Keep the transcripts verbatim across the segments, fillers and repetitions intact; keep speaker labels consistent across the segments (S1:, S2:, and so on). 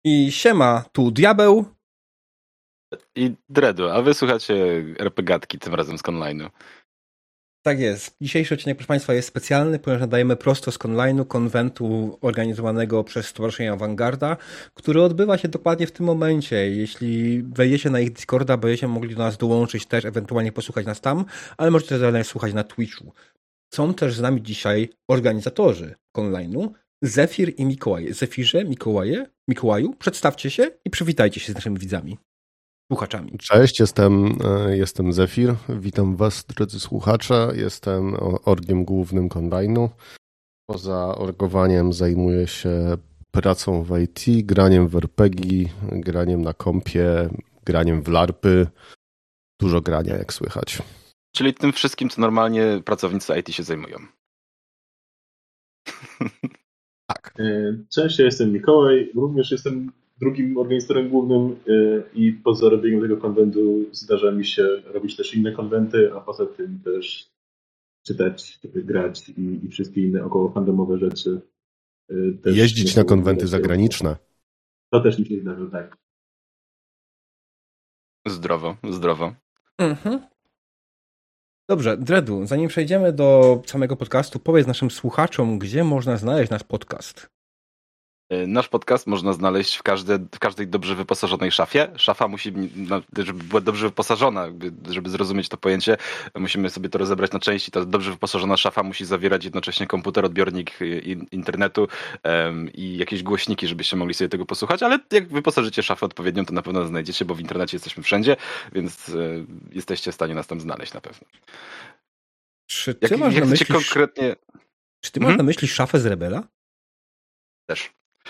S1: I siema, tu Diabeł.
S2: I Dredu, a wy słuchacie RPGatki, tym razem z online'u.
S1: Tak jest. Dzisiejszy odcinek, proszę Państwa, jest specjalny, ponieważ nadajemy prosto z online'u, konwentu organizowanego przez Stowarzyszenie Awangarda, który odbywa się dokładnie w tym momencie. Jeśli wejdziecie na ich Discorda, będziecie mogli do nas dołączyć też, ewentualnie posłuchać nas tam, ale możecie też słuchać na Twitchu. Są też z nami dzisiaj organizatorzy online'u, Zefir i Mikołaj. Zefirze, Mikołaje, Mikołaju, przedstawcie się i przywitajcie się z naszymi widzami. Słuchaczami.
S3: Cześć, jestem, jestem Zefir. Witam Was, drodzy słuchacze. Jestem orgiem głównym online'u. Poza orgowaniem zajmuję się pracą w I T, graniem w R P G, graniem na kompie, graniem w larpy. Dużo grania, jak słychać.
S2: Czyli tym wszystkim, co normalnie pracownicy I T się zajmują.
S3: Tak.
S4: Cześć, ja jestem Mikołaj. Również jestem drugim organizatorem głównym i poza robieniem tego konwentu zdarza mi się robić też inne konwenty, a poza tym też czytać, grać i, i wszystkie inne około fandomowe rzeczy.
S3: Też jeździć na konwenty zagraniczne.
S4: To też mi się zdarza, tak.
S2: Zdrowo, zdrowo.
S1: Mhm. Dobrze, Dredu, zanim przejdziemy do samego podcastu, powiedz naszym słuchaczom, gdzie można znaleźć nasz podcast.
S2: Nasz podcast można znaleźć w, każde, w każdej dobrze wyposażonej szafie. Szafa musi, no, żeby była dobrze wyposażona, żeby zrozumieć to pojęcie, musimy sobie to rozebrać na części. Ta dobrze wyposażona szafa musi zawierać jednocześnie komputer, odbiornik internetu um, i jakieś głośniki, żebyście mogli sobie tego posłuchać, ale jak wyposażycie szafę odpowiednią, to na pewno znajdziecie, bo w internecie jesteśmy wszędzie, więc y, jesteście w stanie nas tam znaleźć na pewno.
S1: Czy ty
S2: jak,
S1: masz
S2: jak
S1: na myśli
S2: konkretnie...
S1: Czy ty masz hmm? na myśli szafę z Rebela?
S2: Też.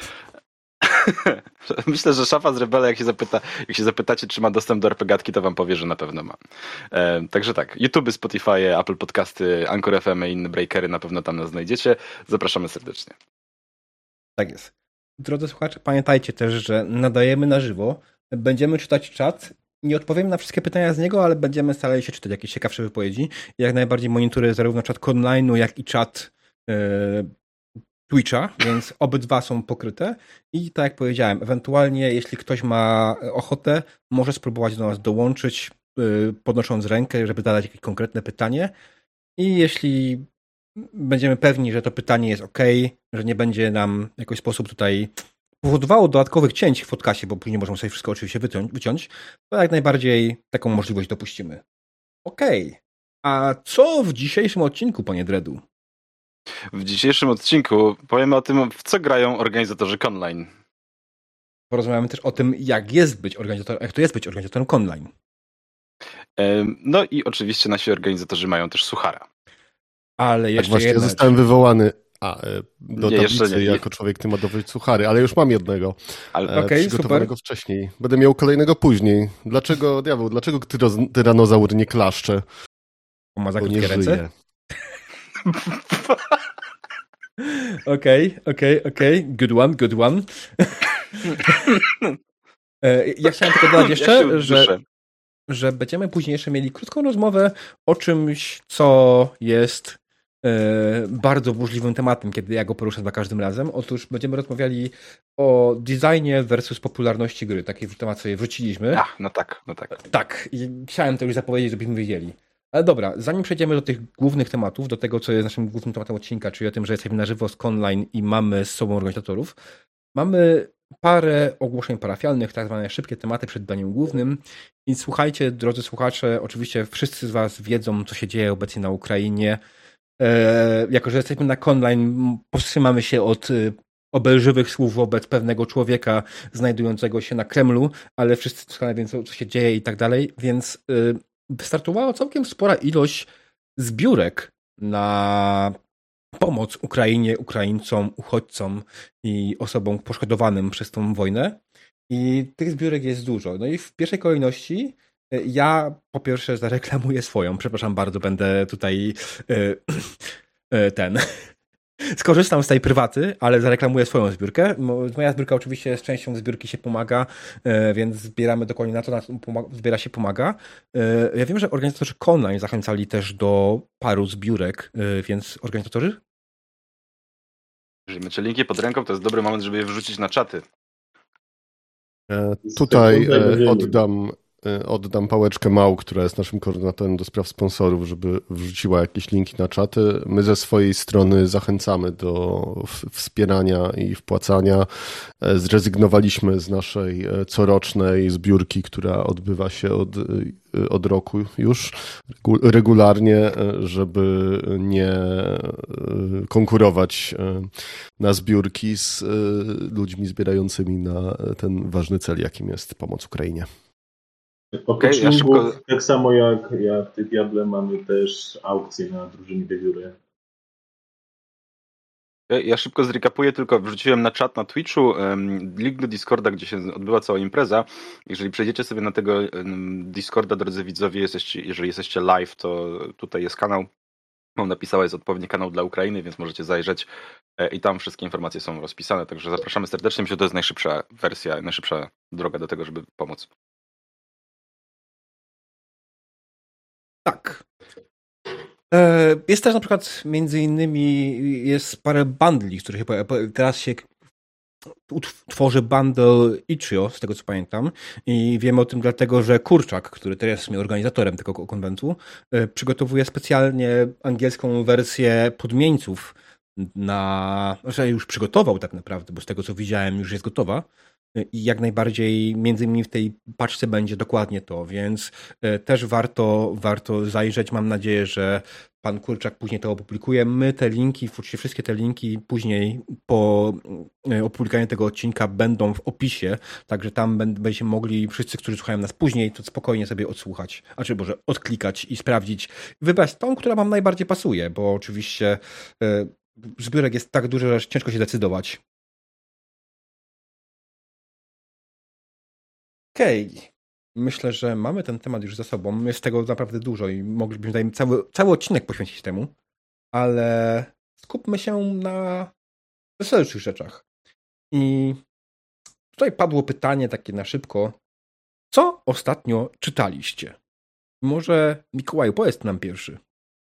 S2: Myślę, że szafa z Rebela, jak się, zapyta, jak się zapytacie, czy ma dostęp do RPGatki, to wam powie, że na pewno ma. E, także tak, YouTube, Spotify, Apple Podcasty, Anchor F M i inne breakery, na pewno tam nas znajdziecie. Zapraszamy serdecznie.
S1: Tak jest. Drodzy słuchacze, pamiętajcie też, że nadajemy na żywo. Będziemy czytać czat. Nie odpowiemy na wszystkie pytania z niego, ale będziemy starali się czytać jakieś ciekawsze wypowiedzi. Jak najbardziej monitoruję zarówno czat online'u, jak i czat yy, Twitcha, więc obydwa są pokryte i tak jak powiedziałem, ewentualnie jeśli ktoś ma ochotę, może spróbować do nas dołączyć, yy, podnosząc rękę, żeby zadać jakieś konkretne pytanie i jeśli będziemy pewni, że to pytanie jest ok, że nie będzie nam w jakiś sposób tutaj powodowało dodatkowych cięć w podcastie, bo później możemy sobie wszystko oczywiście wyciąć, wyciąć, to jak najbardziej taką możliwość dopuścimy. Okej, okay. A co w dzisiejszym odcinku, panie Dredu?
S2: W dzisiejszym odcinku powiemy o tym, w co grają organizatorzy online.
S1: Porozmawiamy też o tym, jak jest być organizatorem, jak to jest być organizatorem online.
S2: No i oczywiście nasi organizatorzy mają też suchara.
S1: Ale jeszcze
S3: tak właśnie
S1: jedna
S3: ja zostałem wywołany a, do
S2: nie,
S3: tablicy
S2: nie, nie.
S3: jako człowiek temadowy suchary, ale już mam jednego.
S2: Ale...
S1: Okay,
S3: przygotowanego
S1: super.
S3: wcześniej. Będę miał kolejnego później. Dlaczego, diabeł, dlaczego tyro- tyranozaur nie klaszcze?
S1: On ma
S3: Bo nie
S1: zakrytkie ręce?
S3: żyje.
S1: Okej, okej, okej. Good one, good one. Ja chciałem tylko dodać jeszcze,
S2: ja
S1: że, że będziemy później jeszcze mieli krótką rozmowę o czymś, co jest e, bardzo burzliwym tematem, kiedy ja go poruszę za każdym razem. Otóż będziemy rozmawiali o designie versus popularności gry. Taki temat sobie wróciliśmy.
S2: Ach, no tak, no tak.
S1: Tak, i chciałem to już zapowiedzieć, żebyśmy wiedzieli. Ale dobra, zanim przejdziemy do tych głównych tematów, do tego, co jest naszym głównym tematem odcinka, czyli o tym, że jesteśmy na żywo z online i mamy z sobą organizatorów, mamy parę ogłoszeń parafialnych, tak zwane szybkie tematy przed daniem głównym. I słuchajcie, drodzy słuchacze, oczywiście wszyscy z was wiedzą, co się dzieje obecnie na Ukrainie. E, jako, że jesteśmy na online, powstrzymamy się od obelżywych słów wobec pewnego człowieka znajdującego się na Kremlu, ale wszyscy doskonale wiedzą, co się dzieje i tak dalej, więc y, wystartowała całkiem spora ilość zbiórek na pomoc Ukrainie, Ukraińcom, uchodźcom i osobom poszkodowanym przez tą wojnę. I tych zbiórek jest dużo. No i w pierwszej kolejności ja po pierwsze zareklamuję swoją. Przepraszam bardzo, będę tutaj y, y, ten... Skorzystam z tej prywaty, ale zareklamuję swoją zbiórkę. Moja zbiórka oczywiście z częścią zbiórki się pomaga, więc zbieramy dokładnie na to, na co zbiera się pomaga. Ja wiem, że organizatorzy online zachęcali też do paru zbiórek, więc organizatorzy?
S2: Jeżeli macie linki pod ręką, to jest dobry moment, żeby je wrzucić na czaty.
S3: E, tutaj e, oddam, e, oddam pałeczkę Mał, która jest naszym koordynatorem do spraw sponsorów, żeby wrzuciła jakieś linki na czaty. My ze swojej strony zachęcamy do w- wspierania i wpłacania. E, zrezygnowaliśmy z naszej e, corocznej zbiórki, która odbywa się od, e, od roku już regu- regularnie, e, żeby nie e, konkurować e, na zbiórki z e, ludźmi zbierającymi na ten ważny cel, jakim jest pomoc Ukrainie.
S4: Oprócz
S2: Okej, ja
S4: lingów,
S2: szybko-
S4: tak samo jak, jak ty, Diable, mamy też aukcję na drużynie Wiewióry.
S2: Ja, ja szybko zrekapuję, tylko wrzuciłem na czat na Twitchu um, link do Discorda, gdzie się odbywa cała impreza. Jeżeli przejdziecie sobie na tego um, Discorda, drodzy widzowie, jesteście, jeżeli jesteście live, to tutaj jest kanał. Mam napisała, jest odpowiedni kanał dla Ukrainy, więc możecie zajrzeć e, i tam wszystkie informacje są rozpisane, także zapraszamy serdecznie. Myślę, że to jest najszybsza wersja, najszybsza droga do tego, żeby pomóc.
S1: Tak. E, Jest też na przykład między innymi jest parę bundli, które się pojawi- teraz się utw- tworzy bundle Itch.io, z tego co pamiętam, i wiemy o tym dlatego, że Kurczak, który teraz jest organizatorem tego konwentu, e, przygotowuje specjalnie angielską wersję podmieńców na, że już przygotował tak naprawdę, bo z tego co widziałem już jest gotowa. I jak najbardziej między innymi w tej paczce będzie dokładnie to, więc e, też warto, warto zajrzeć. Mam nadzieję, że pan Kurczak później to opublikuje. My te linki, oczywiście wszystkie te linki później po e, opublikowaniu tego odcinka będą w opisie, także tam będ- będziecie mogli wszyscy, którzy słuchają nas później, to spokojnie sobie odsłuchać, a czy może odklikać i sprawdzić, wybrać tą, która wam najbardziej pasuje, bo oczywiście e, zbiórek jest tak duży, że ciężko się decydować. Okej. Myślę, że mamy ten temat już za sobą. Jest tego naprawdę dużo i moglibyśmy tutaj cały, cały odcinek poświęcić temu, ale skupmy się na weselszych rzeczach. I tutaj padło pytanie takie na szybko. Co ostatnio czytaliście? Może Mikołaju, powiedz nam pierwszy.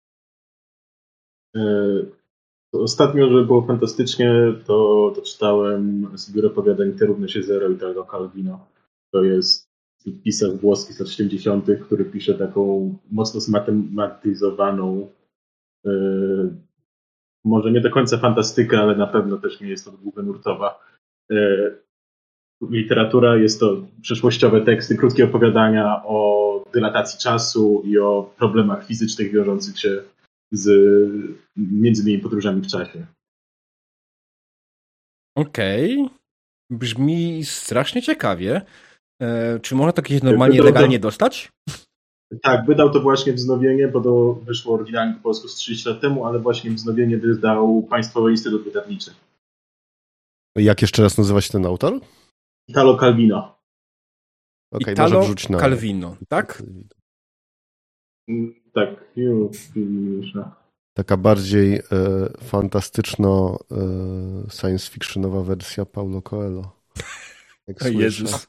S4: E, Ostatnio, żeby było fantastycznie, to, to czytałem zbiór opowiadań T równa się zero Italo Calvino. To jest pisarz włoski z lat siedemdziesiątych, który pisze taką mocno zmatematyzowaną, e, może nie do końca fantastykę, ale na pewno też nie jest to długonurtowa e, literatura. Jest to przeszłościowe teksty, krótkie opowiadania o dylatacji czasu i o problemach fizycznych wiążących się z między innymi podróżami w czasie.
S1: Okej. Brzmi strasznie ciekawie. E, czy można to kiedyś normalnie,
S4: Wydał to-
S1: legalnie dostać?
S4: Tak, wydał to właśnie wznowienie, bo to wyszło oryginalnie po polsku z trzydzieści lat temu, ale właśnie wznowienie wydał Państwowy Instytut Wydawniczy.
S3: Jak jeszcze raz nazywa się ten autor?
S4: Italo Calvino.
S3: Okej,
S1: Italo
S3: może wrzuć na...
S1: Calvino, tak?
S4: Mm, Tak, już, już. no.
S3: Taka bardziej e, fantastyczno e, science fictionowa wersja Paulo Coelho. Jak
S1: O
S3: słyszę.
S1: Jezus.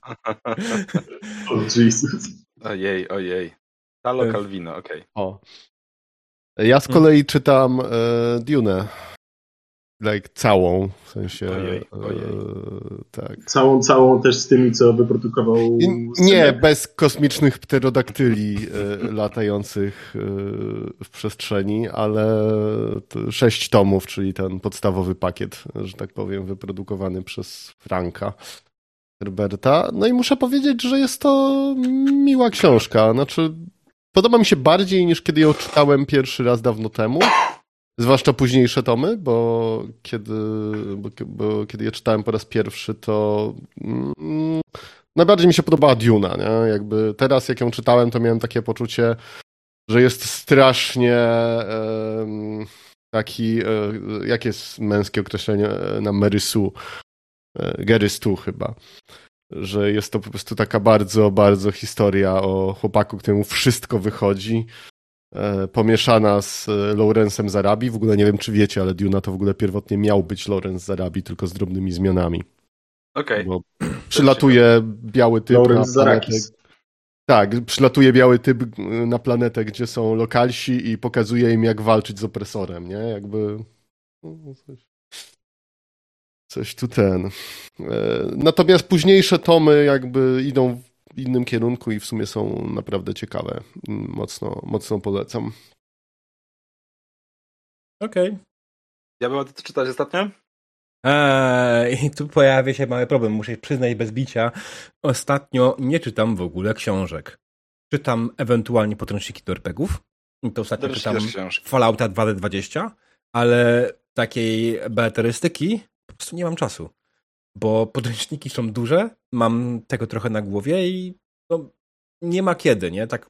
S4: O Jesus.
S2: Ojej, ojej. Halo
S1: E,
S2: Calvino, okej.
S3: O. Ja z kolei czytam e, Dune. Like całą, w sensie...
S2: Ojej, ojej.
S3: E, tak.
S4: Całą, całą też z tymi, co wyprodukował...
S3: I, nie,
S4: Synek.
S3: bez kosmicznych pterodaktyli e, latających e, w przestrzeni, ale to sześć tomów, czyli ten podstawowy pakiet, że tak powiem, wyprodukowany przez Franka Herberta. No i muszę powiedzieć, że jest to miła książka. Znaczy, podoba mi się bardziej niż kiedy ją czytałem pierwszy raz dawno temu. Zwłaszcza późniejsze tomy, bo kiedy, bo, bo kiedy je czytałem po raz pierwszy, to mm, najbardziej mi się podobała Duna, nie? Jakby teraz, jak ją czytałem, to miałem takie poczucie, że jest strasznie em, taki, e, jakie jest męskie określenie na Mary Sue? E, Gary Stu chyba. Że jest to po prostu taka bardzo, bardzo historia o chłopaku, któremu wszystko wychodzi, e, pomieszana z Lawrence'em z Arabii. W ogóle nie wiem, czy wiecie, ale Duna to w ogóle pierwotnie miał być Lawrence z Arabii, tylko z drobnymi zmianami.
S2: Okej.
S3: Bo przylatuje biały typ na
S4: Lawrence
S3: planetę.
S4: Zarakis.
S3: Tak, przylatuje biały typ na planetę, gdzie są lokalsi i pokazuje im, jak walczyć z opresorem, nie? Jakby... no, coś- Coś tu ten. Natomiast późniejsze tomy jakby idą w innym kierunku i w sumie są naprawdę ciekawe. Mocno, mocno polecam.
S1: Okej. Okay.
S2: Ja bym to czytać ostatnio?
S1: Eee, I tu pojawia się mały problem, muszę przyznać bez bicia. Ostatnio nie czytam w ogóle książek. Czytam ewentualnie podręczniki do er pe gie ów. I to ostatnio czytam Fallouta dwa D dwadzieścia, ale takiej beletrystyki po prostu nie mam czasu. Bo podręczniki są duże, mam tego trochę na głowie i no, nie ma kiedy, nie? Tak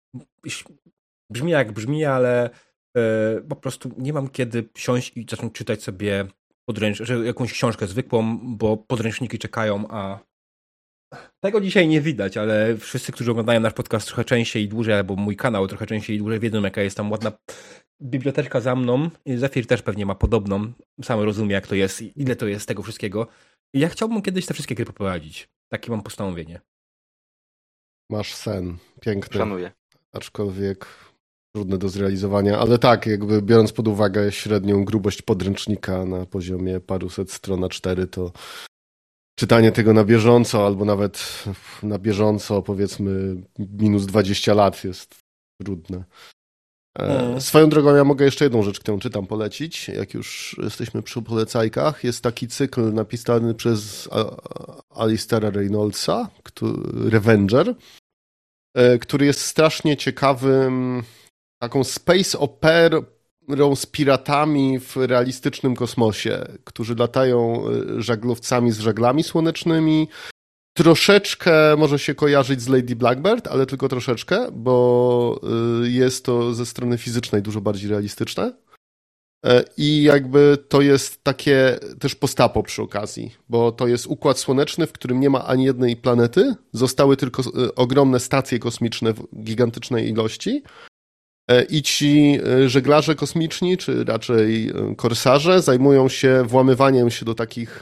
S1: brzmi jak brzmi, ale e, po prostu nie mam kiedy siąść i zacząć czytać sobie podręcz, że jakąś książkę zwykłą, bo podręczniki czekają, a tego dzisiaj nie widać, ale wszyscy, którzy oglądają nasz podcast trochę częściej i dłużej, albo mój kanał trochę częściej i dłużej, wiedzą, jaka jest tam ładna biblioteczka za mną. Zefir też pewnie ma podobną. Sam rozumie, jak to jest i ile to jest tego wszystkiego. I ja chciałbym kiedyś te wszystkie gry poprowadzić. Takie mam postanowienie.
S3: Masz sen. Piękny.
S2: Szanuję.
S3: Aczkolwiek trudne do zrealizowania, ale tak, jakby biorąc pod uwagę średnią grubość podręcznika na poziomie paruset stron A cztery, to czytanie tego na bieżąco, albo nawet na bieżąco, powiedzmy minus dwadzieścia lat jest trudne. Hmm. Swoją drogą ja mogę jeszcze jedną rzecz, którą czytam, polecić, jak już jesteśmy przy polecajkach. Jest taki cykl napisany przez Alistera Reynoldsa, który, Revenger, który jest strasznie ciekawym taką space operą z piratami w realistycznym kosmosie, którzy latają żaglowcami z żaglami słonecznymi. Troszeczkę może się kojarzyć z Lady Blackbird, ale tylko troszeczkę, bo jest to ze strony fizycznej dużo bardziej realistyczne. I jakby to jest takie też postapo przy okazji, bo to jest układ słoneczny, w którym nie ma ani jednej planety, zostały tylko ogromne stacje kosmiczne w gigantycznej ilości. I ci żeglarze kosmiczni, czy raczej korsarze, zajmują się włamywaniem się do takich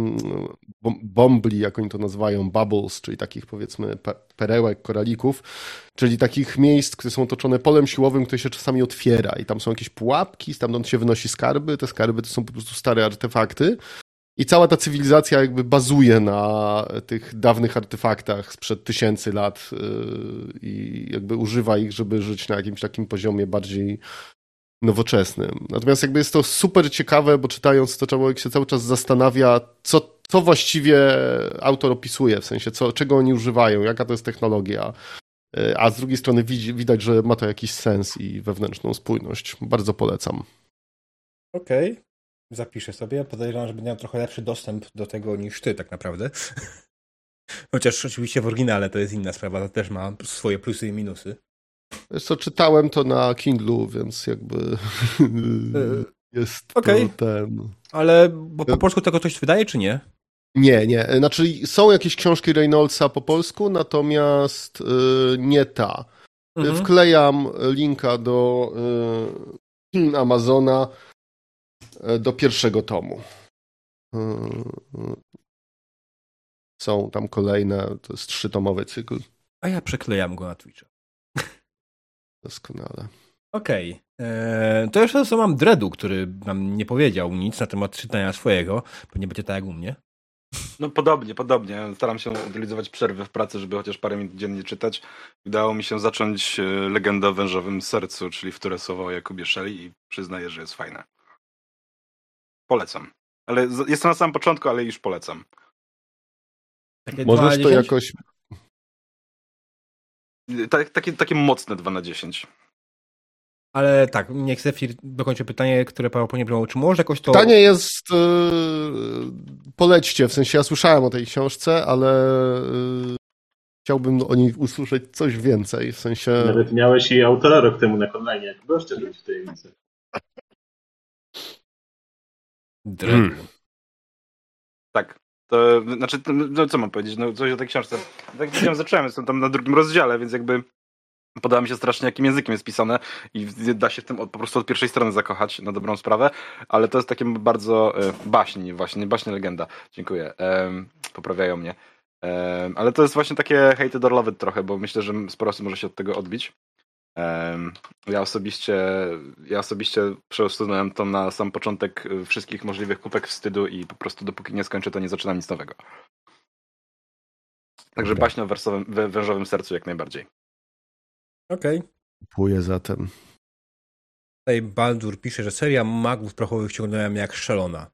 S3: bombli, jak oni to nazywają, bubbles, czyli takich powiedzmy perełek, koralików, czyli takich miejsc, które są otoczone polem siłowym, które się czasami otwiera i tam są jakieś pułapki, stamtąd się wynosi skarby, te skarby to są po prostu stare artefakty. I cała ta cywilizacja jakby bazuje na tych dawnych artefaktach sprzed tysięcy lat i jakby używa ich, żeby żyć na jakimś takim poziomie bardziej nowoczesnym. Natomiast jakby jest to super ciekawe, bo czytając to człowiek się cały czas zastanawia, co, co właściwie autor opisuje, w sensie co, czego oni używają, jaka to jest technologia. A z drugiej strony widać, że ma to jakiś sens i wewnętrzną spójność. Bardzo polecam.
S1: Okej. Okay. Zapiszę sobie. Podejrzewam, że będę miał trochę lepszy dostęp do tego niż ty tak naprawdę. Chociaż oczywiście w oryginale to jest inna sprawa. To też ma swoje plusy i minusy.
S3: Wiesz co, czytałem to na Kindlu, więc jakby jest
S1: okay.
S3: to ten...
S1: Ale bo po polsku tego coś wydaje, czy nie?
S3: Nie, nie. Znaczy są jakieś książki Reynoldsa po polsku, natomiast nie ta. Mhm. Wklejam linka do Amazona do pierwszego tomu. Są tam kolejne, to jest trzytomowy cykl.
S1: A ja przeklejam go na Twitcha.
S3: Doskonale.
S1: Okej. Okay. To jeszcze co mam Dreadu, który nam nie powiedział nic na temat czytania swojego. Pewnie będzie tak jak u mnie.
S2: No podobnie, podobnie. Staram się utylizować przerwy w pracy, żeby chociaż parę minut dziennie czytać. Udało mi się zacząć Legendę o wężowym sercu, czyli wtóre słowo o Jakubie Shelley i przyznaję, że jest fajne. Polecam. Ale jestem na samym początku, ale już polecam.
S1: Takie
S3: Możesz to jakoś...
S2: Tak, takie, takie mocne dwa na dziesięć.
S1: Ale tak, niech Zefir dokończy pytanie, które Paweł nie było. Czy może jakoś to...
S3: Pytanie jest... Yy, polećcie, w sensie ja słyszałem o tej książce, ale yy, chciałbym o niej usłyszeć coś więcej, w sensie...
S4: Nawet miałeś i autora rok temu na online, jak goście być w tej tajemnicy.
S1: Hmm.
S2: Tak. To znaczy, no co mam powiedzieć? No coś o tej książce. Tak jak zacząłem, jestem tam na drugim rozdziale, więc jakby podoba mi się strasznie, jakim językiem jest pisane i da się w tym po prostu od pierwszej strony zakochać na dobrą sprawę, ale to jest takie bardzo e, baśni, właśnie, baśnie legenda. Dziękuję. E, poprawiają mnie. E, ale to jest właśnie takie hated or loved trochę, bo myślę, że sporo osób może się od tego odbić. Ja osobiście, ja osobiście przesunąłem to na sam początek wszystkich możliwych kupek wstydu i po prostu dopóki nie skończę, to nie zaczynam nic nowego. Także
S3: Dobra.
S2: baśń o wersowym, wę- wężowym sercu jak najbardziej.
S1: Okej. Okay.
S3: Kupuję zatem.
S1: Tutaj Baldur pisze, że seria magów prochowych ciągnęła mnie jak szalona.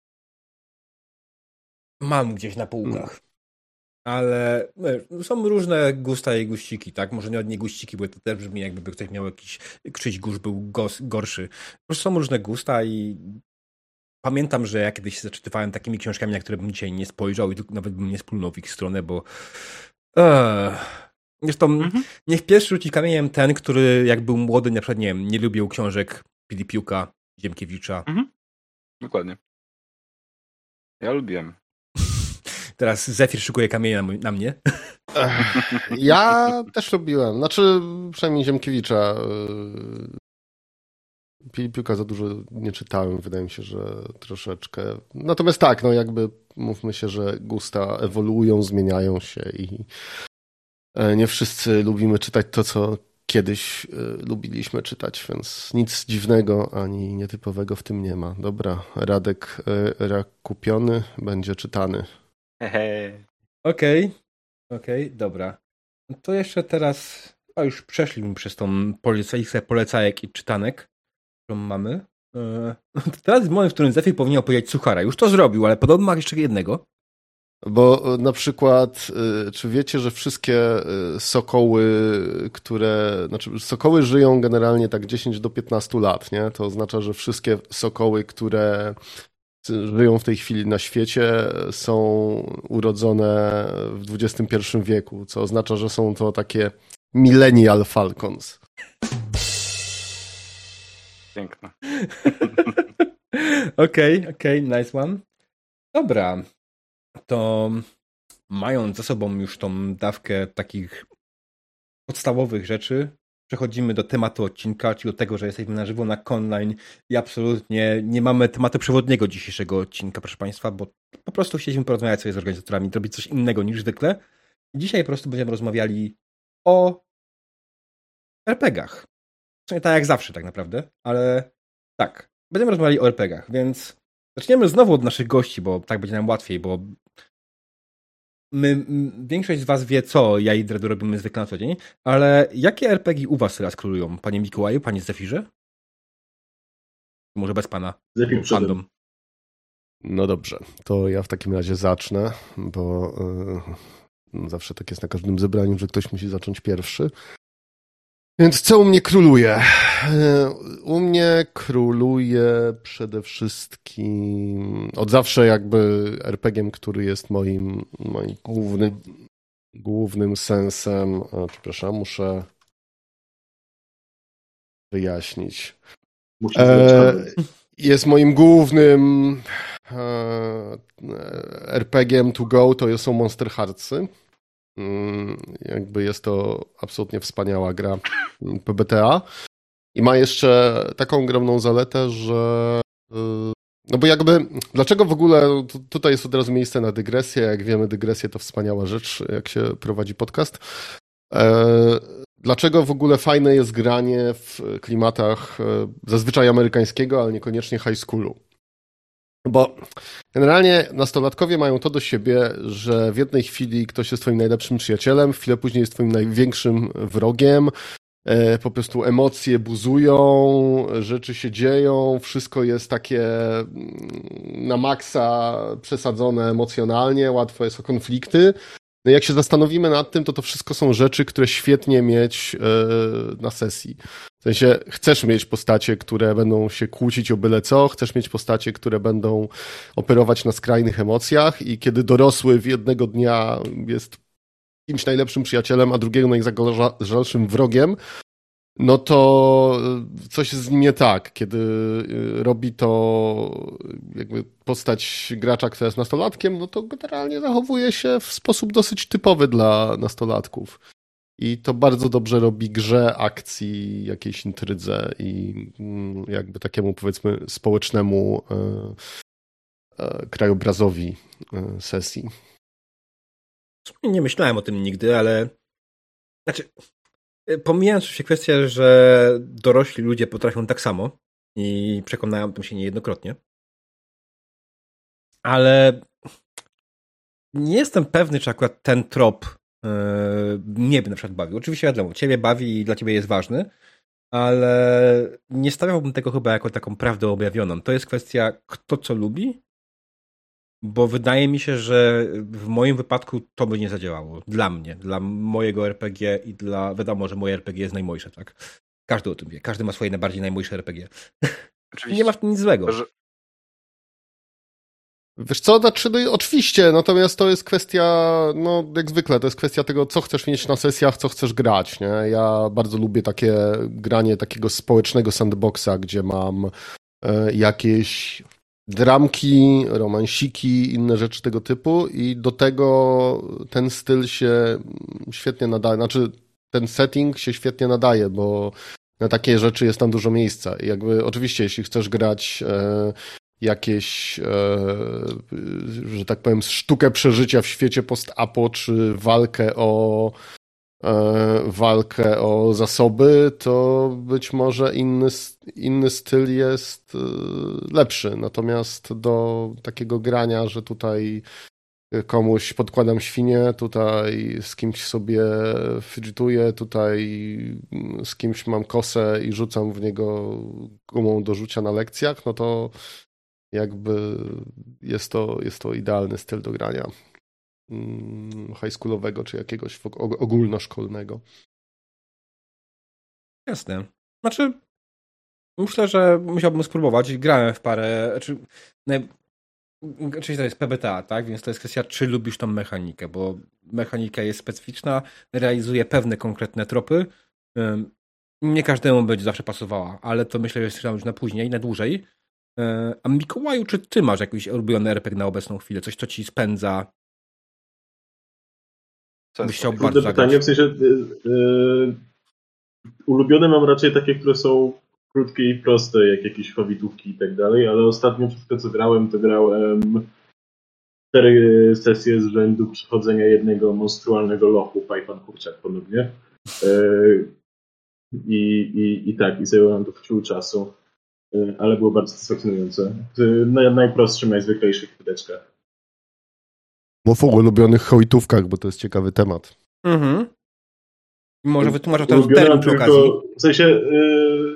S1: Mam gdzieś na półkach. Ale wiesz, są różne gusta i guściki, tak? Może nie od niej guściki, bo to też brzmi jakby ktoś miał jakiś czyjś gust był gos, gorszy. Po prostu są różne gusta i pamiętam, że ja kiedyś się zaczytywałem takimi książkami, na które bym dzisiaj nie spojrzał i nawet bym nie splunął w ich stronę, bo Ech. Zresztą mhm. niech pierwszy rzuci kamieniem ten, który jak był młody, na przykład nie wiem, nie lubił książek Pilipiuka, Ziemkiewicza.
S2: Mhm. Dokładnie. Ja lubiłem.
S1: Teraz Zefir szykuje kamienia na, na mnie.
S3: Ja też lubiłem. Znaczy, przynajmniej Ziemkiewicza. Pilipiuka za dużo nie czytałem. Wydaje mi się, że troszeczkę. Natomiast tak, no jakby mówmy się, że gusta ewoluują, zmieniają się i nie wszyscy lubimy czytać to, co kiedyś lubiliśmy czytać, więc nic dziwnego ani nietypowego w tym nie ma. Dobra, Radek rak kupiony będzie czytany.
S1: Okej, okej, okay. okay, dobra. To jeszcze teraz, a już przeszliśmy przez tą listę polecajek i czytanek, którą mamy. Teraz jest moment, w którym Zefir powinien opowiedzieć suchara. Już to zrobił, ale podobno ma jeszcze jednego.
S3: Bo na przykład, czy wiecie, że wszystkie sokoły, które, znaczy sokoły żyją generalnie tak dziesięć do piętnastu lat, nie? To oznacza, że wszystkie sokoły, które żyją w tej chwili na świecie, są urodzone w dwudziestym pierwszym wieku, co oznacza, że są to takie millennial falcons.
S2: Piękne.
S1: Okej, okej, okay, nice one. Dobra. To mając za sobą już tą dawkę takich podstawowych rzeczy, przechodzimy do tematu odcinka, czyli do tego, że jesteśmy na żywo na Conline i absolutnie nie mamy tematu przewodniego dzisiejszego odcinka, proszę Państwa, bo po prostu chcieliśmy porozmawiać sobie z organizatorami, zrobić coś innego niż zwykle. I dzisiaj po prostu będziemy rozmawiali o er pe gach. W sumie tak jak zawsze tak naprawdę, ale tak, będziemy rozmawiali o er pe gach, więc zaczniemy znowu od naszych gości, bo tak będzie nam łatwiej, bo My, większość z was wie, co ja i Dredu robimy zwykle na co dzień, ale jakie er pe gie u was teraz królują? Panie Mikołaju, panie Zefirze? Może bez pana.
S4: Zefir
S1: fandom.
S3: No dobrze, to ja w takim razie zacznę, bo yy, zawsze tak jest na każdym zebraniu, że ktoś musi zacząć pierwszy. Więc co u mnie króluje? U mnie króluje przede wszystkim od zawsze jakby er pe giem, który jest moim, moim głównym, głównym sensem. A, przepraszam, muszę wyjaśnić. E, jest moim głównym e, er pe giem to go, to są Monster Heartsy. Jakby jest to absolutnie wspaniała gra P B T A i ma jeszcze taką ogromną zaletę, że no bo jakby dlaczego w ogóle tutaj jest od razu miejsce na dygresję, jak wiemy dygresja to wspaniała rzecz, jak się prowadzi podcast. Dlaczego w ogóle fajne jest granie w klimatach zazwyczaj amerykańskiego, ale niekoniecznie high schoolu? Bo generalnie nastolatkowie mają to do siebie, że w jednej chwili ktoś jest twoim najlepszym przyjacielem, chwilę później jest twoim największym wrogiem, po prostu emocje buzują, rzeczy się dzieją, wszystko jest takie na maksa przesadzone emocjonalnie, łatwo jest o konflikty. No jak się zastanowimy nad tym, to to wszystko są rzeczy, które świetnie mieć na sesji. W sensie chcesz mieć postacie, które będą się kłócić o byle co, chcesz mieć postacie, które będą operować na skrajnych emocjach i kiedy dorosły w jednego dnia jest kimś najlepszym przyjacielem, a drugiego najzagorzalszym wrogiem, no to coś jest z nim nie tak, kiedy robi to jakby postać gracza, która jest nastolatkiem, no to generalnie zachowuje się w sposób dosyć typowy dla nastolatków. I to bardzo dobrze robi grze, akcji, jakiejś intrydze i jakby takiemu powiedzmy społecznemu e, e, krajobrazowi e, sesji.
S1: Nie myślałem o tym nigdy, ale znaczy Pomijając się kwestię, że dorośli ludzie potrafią tak samo i przekonają tym się niejednokrotnie, ale nie jestem pewny, czy akurat ten trop yy, mnie by na przykład bawił. Oczywiście wiadomo, ciebie bawi i dla ciebie jest ważny, ale nie stawiałbym tego chyba jako taką prawdę objawioną. To jest kwestia kto co lubi, bo wydaje mi się, że w moim wypadku to by nie zadziałało. Dla mnie, dla mojego er pe gie i dla... Wiadomo, że moje er pe gie jest najmojsze, tak? Każdy o tym wie. Każdy ma swoje najbardziej najmojsze er pe gie. Oczywiście. Nie ma w tym nic złego. Że...
S3: Wiesz co, znaczy, no, oczywiście, natomiast to jest kwestia, no jak zwykle, to jest kwestia tego, co chcesz mieć na sesjach, co chcesz grać, nie? Ja bardzo lubię takie granie takiego społecznego sandboxa, gdzie mam e, jakieś dramki, romansiki, inne rzeczy tego typu i do tego ten styl się świetnie nadaje, znaczy ten setting się świetnie nadaje, bo na takie rzeczy jest tam dużo miejsca. I jakby oczywiście, jeśli chcesz grać e, jakieś, e, że tak powiem, sztukę przeżycia w świecie post-apo, czy walkę o e, walkę o zasoby, to być może inny, inny styl jest e, lepszy. Natomiast do takiego grania, że tutaj komuś podkładam świnię, tutaj z kimś sobie fidgetuję, tutaj z kimś mam kosę i rzucam w niego gumą do rzucia na lekcjach, no to jakby jest to, jest to idealny styl do grania high schoolowego czy jakiegoś ogólnoszkolnego.
S1: Jasne. Znaczy myślę, że musiałbym spróbować. Grałem w parę... Znaczy, Czyli to jest pe be te a, tak? Więc to jest kwestia, czy lubisz tą mechanikę, bo mechanika jest specyficzna, realizuje pewne konkretne tropy. Nie każdemu będzie zawsze pasowała, ale to myślę, że jest już na później, na dłużej. A Mikołaju, czy ty masz jakiś ulubiony er pe gie na obecną chwilę? Coś, co ci spędza? Byś chciał bardzo zagrać?
S4: Pytanie, w sensie yy, ulubione mam raczej takie, które są krótkie i proste, jak jakieś hobitówki i tak dalej, ale ostatnio wszystko, co grałem, to grałem cztery sesje z rzędu przechodzenia jednego monstrualnego lochu, Python Kurczak ponownie. Yy, i, i, I tak, i zajęło to wciół czasu, yy, ale było bardzo satysfakcjonujące. Na najprostszym, najzwyklejszych chwileczkach.
S3: Mów o ulubionych hobitówkach, bo to jest ciekawy temat.
S1: Mhm. Może wytłumaczę teraz termin przy okazji.
S4: W sensie yy,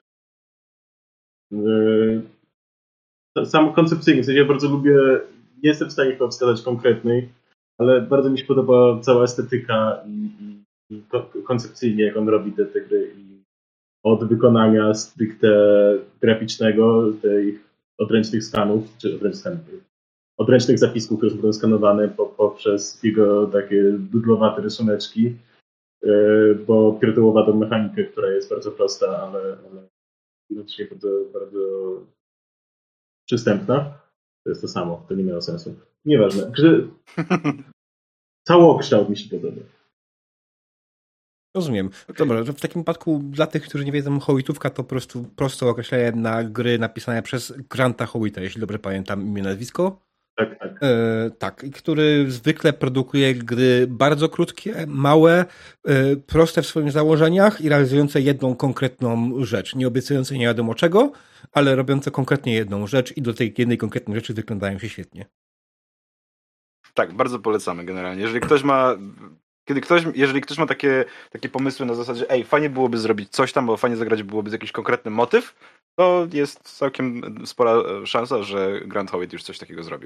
S4: yy, sam koncepcyjnie, w sensie ja bardzo lubię, nie jestem w stanie chyba wskazać konkretnej, ale bardzo mi się podoba cała estetyka i, i, i koncepcyjnie, jak on robi te, te gry. I od wykonania stricte graficznego, tych odręcznych skanów, czy odręcznych skanów, odręcznych zapisków, które są skanowane po, poprzez jego takie dudlowate rysuneczki, bo pierdołowa tą mechanikę, która jest bardzo prosta, ale, ale widocznie bardzo, bardzo przystępna. To jest to samo, to nie miało sensu. Nieważne. Całokształt mi się podoba.
S1: Rozumiem. Okay. Dobra, w takim wypadku dla tych, którzy nie wiedzą, hobitówka to po prostu prosto określenie na gry napisane przez Granta Howita, jeśli dobrze pamiętam imię, nazwisko.
S4: Tak, tak.
S1: E, tak, który zwykle produkuje gry bardzo krótkie, małe, e, proste w swoich założeniach i realizujące jedną konkretną rzecz. Nie obiecujące nie wiadomo czego, ale robiące konkretnie jedną rzecz i do tej jednej konkretnej rzeczy wyglądają się świetnie.
S2: Tak, bardzo polecamy generalnie. Jeżeli ktoś ma Kiedy ktoś, jeżeli ktoś ma takie, takie pomysły na zasadzie, ej, fajnie byłoby zrobić coś tam, bo fajnie zagrać byłoby z jakiś konkretny motyw, to jest całkiem spora szansa, że Grant Howitt już coś takiego zrobił.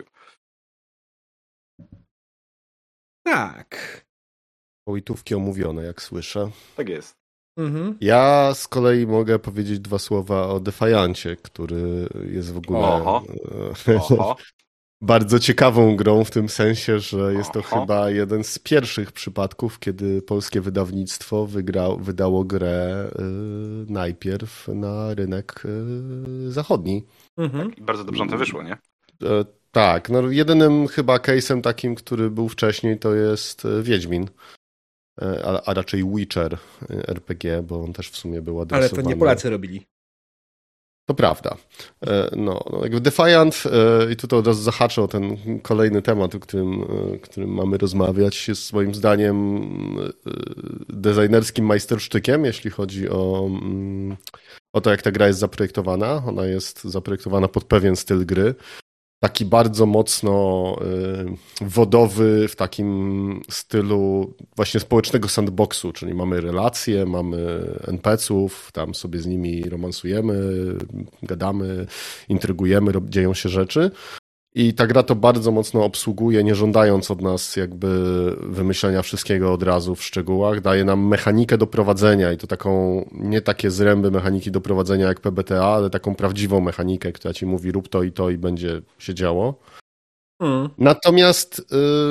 S1: Tak.
S3: Howitówki omówione, jak słyszę.
S2: Tak jest.
S1: Mhm.
S3: Ja z kolei mogę powiedzieć dwa słowa o Defiancie, który jest w ogóle
S2: Oho. Oho.
S3: bardzo ciekawą grą w tym sensie, że jest to Aha. chyba jeden z pierwszych przypadków, kiedy polskie wydawnictwo wygrał, wydało grę y, najpierw na rynek y, zachodni.
S2: Mhm. Tak, i bardzo dobrze nam to wyszło, nie?
S3: E, tak, no jedynym chyba case'em takim, który był wcześniej, to jest Wiedźmin, e, a, a raczej Witcher er pe gie, bo on też w sumie był adresowany.
S1: Ale to nie Polacy robili.
S3: To prawda. No, no jakby Defiant, i tutaj od razu zahaczę o ten kolejny temat, o którym, którym mamy rozmawiać, jest moim zdaniem designerskim majstersztykiem, jeśli chodzi o, o to, jak ta gra jest zaprojektowana. Ona jest zaprojektowana pod pewien styl gry. Taki bardzo mocno wodowy, w takim stylu właśnie społecznego sandboxu, czyli mamy relacje, mamy en pe ce ów, tam sobie z nimi romansujemy, gadamy, intrygujemy, dzieją się rzeczy. I ta gra to bardzo mocno obsługuje, nie żądając od nas jakby wymyślenia wszystkiego od razu w szczegółach. Daje nam mechanikę do prowadzenia i to taką, nie takie zręby mechaniki do prowadzenia jak P B T A, ale taką prawdziwą mechanikę, która ci mówi rób to i to i będzie się działo. Mm. Natomiast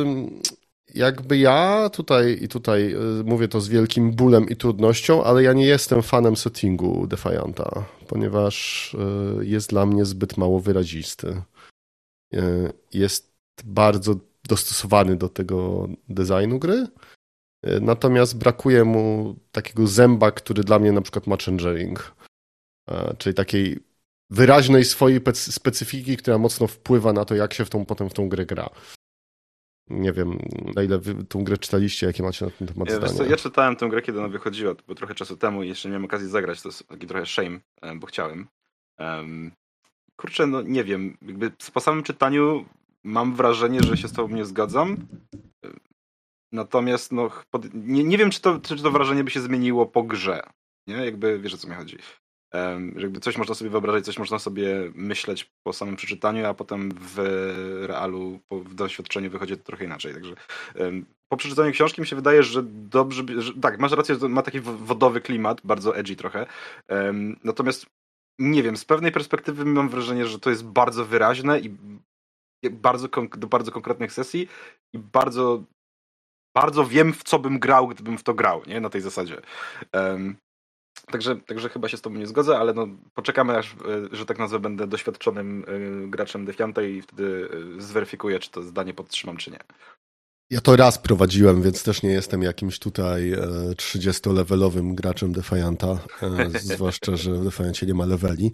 S3: jakby ja tutaj i tutaj mówię to z wielkim bólem i trudnością, ale ja nie jestem fanem settingu Defianta, ponieważ jest dla mnie zbyt mało wyrazisty. Jest bardzo dostosowany do tego designu gry, natomiast brakuje mu takiego zęba, który dla mnie na przykład ma Changeling, czyli takiej wyraźnej swojej specyfiki, która mocno wpływa na to, jak się w tą, potem w tą grę gra. Nie wiem, na ile wy tą grę czytaliście, jakie macie na ten temat
S2: ja,
S3: zdania.
S2: Co, ja czytałem tę grę, kiedy ona wychodziła, to było trochę czasu temu i jeszcze nie miałem okazji zagrać, to jest taki trochę shame, bo chciałem. Um, Kurczę, no nie wiem, jakby po samym czytaniu mam wrażenie, że się z tobą nie zgadzam. Natomiast no, pod... nie, nie wiem, czy to, czy to wrażenie by się zmieniło po grze. Nie? Jakby wiesz, o co mi chodzi. Um, że jakby coś można sobie wyobrażać, coś można sobie myśleć po samym przeczytaniu, a potem w realu, po, w doświadczeniu wychodzi to trochę inaczej. Także um, po przeczytaniu książki mi się wydaje, że dobrze, że, tak, masz rację, że ma taki wodowy klimat, bardzo edgy trochę. Um, natomiast nie wiem, z pewnej perspektywy mam wrażenie, że to jest bardzo wyraźne i bardzo do bardzo konkretnych sesji i bardzo bardzo wiem, w co bym grał, gdybym w to grał, nie? Na tej zasadzie. Um, także, także chyba się z tobą nie zgodzę, ale no, poczekamy, aż, że tak nazwę, będę doświadczonym graczem Defianta i wtedy zweryfikuję, czy to zdanie podtrzymam, czy nie.
S3: Ja to raz prowadziłem, więc też nie jestem jakimś tutaj trzydziestolevelowym graczem Defianta, zwłaszcza, że w Defiancie nie ma leveli.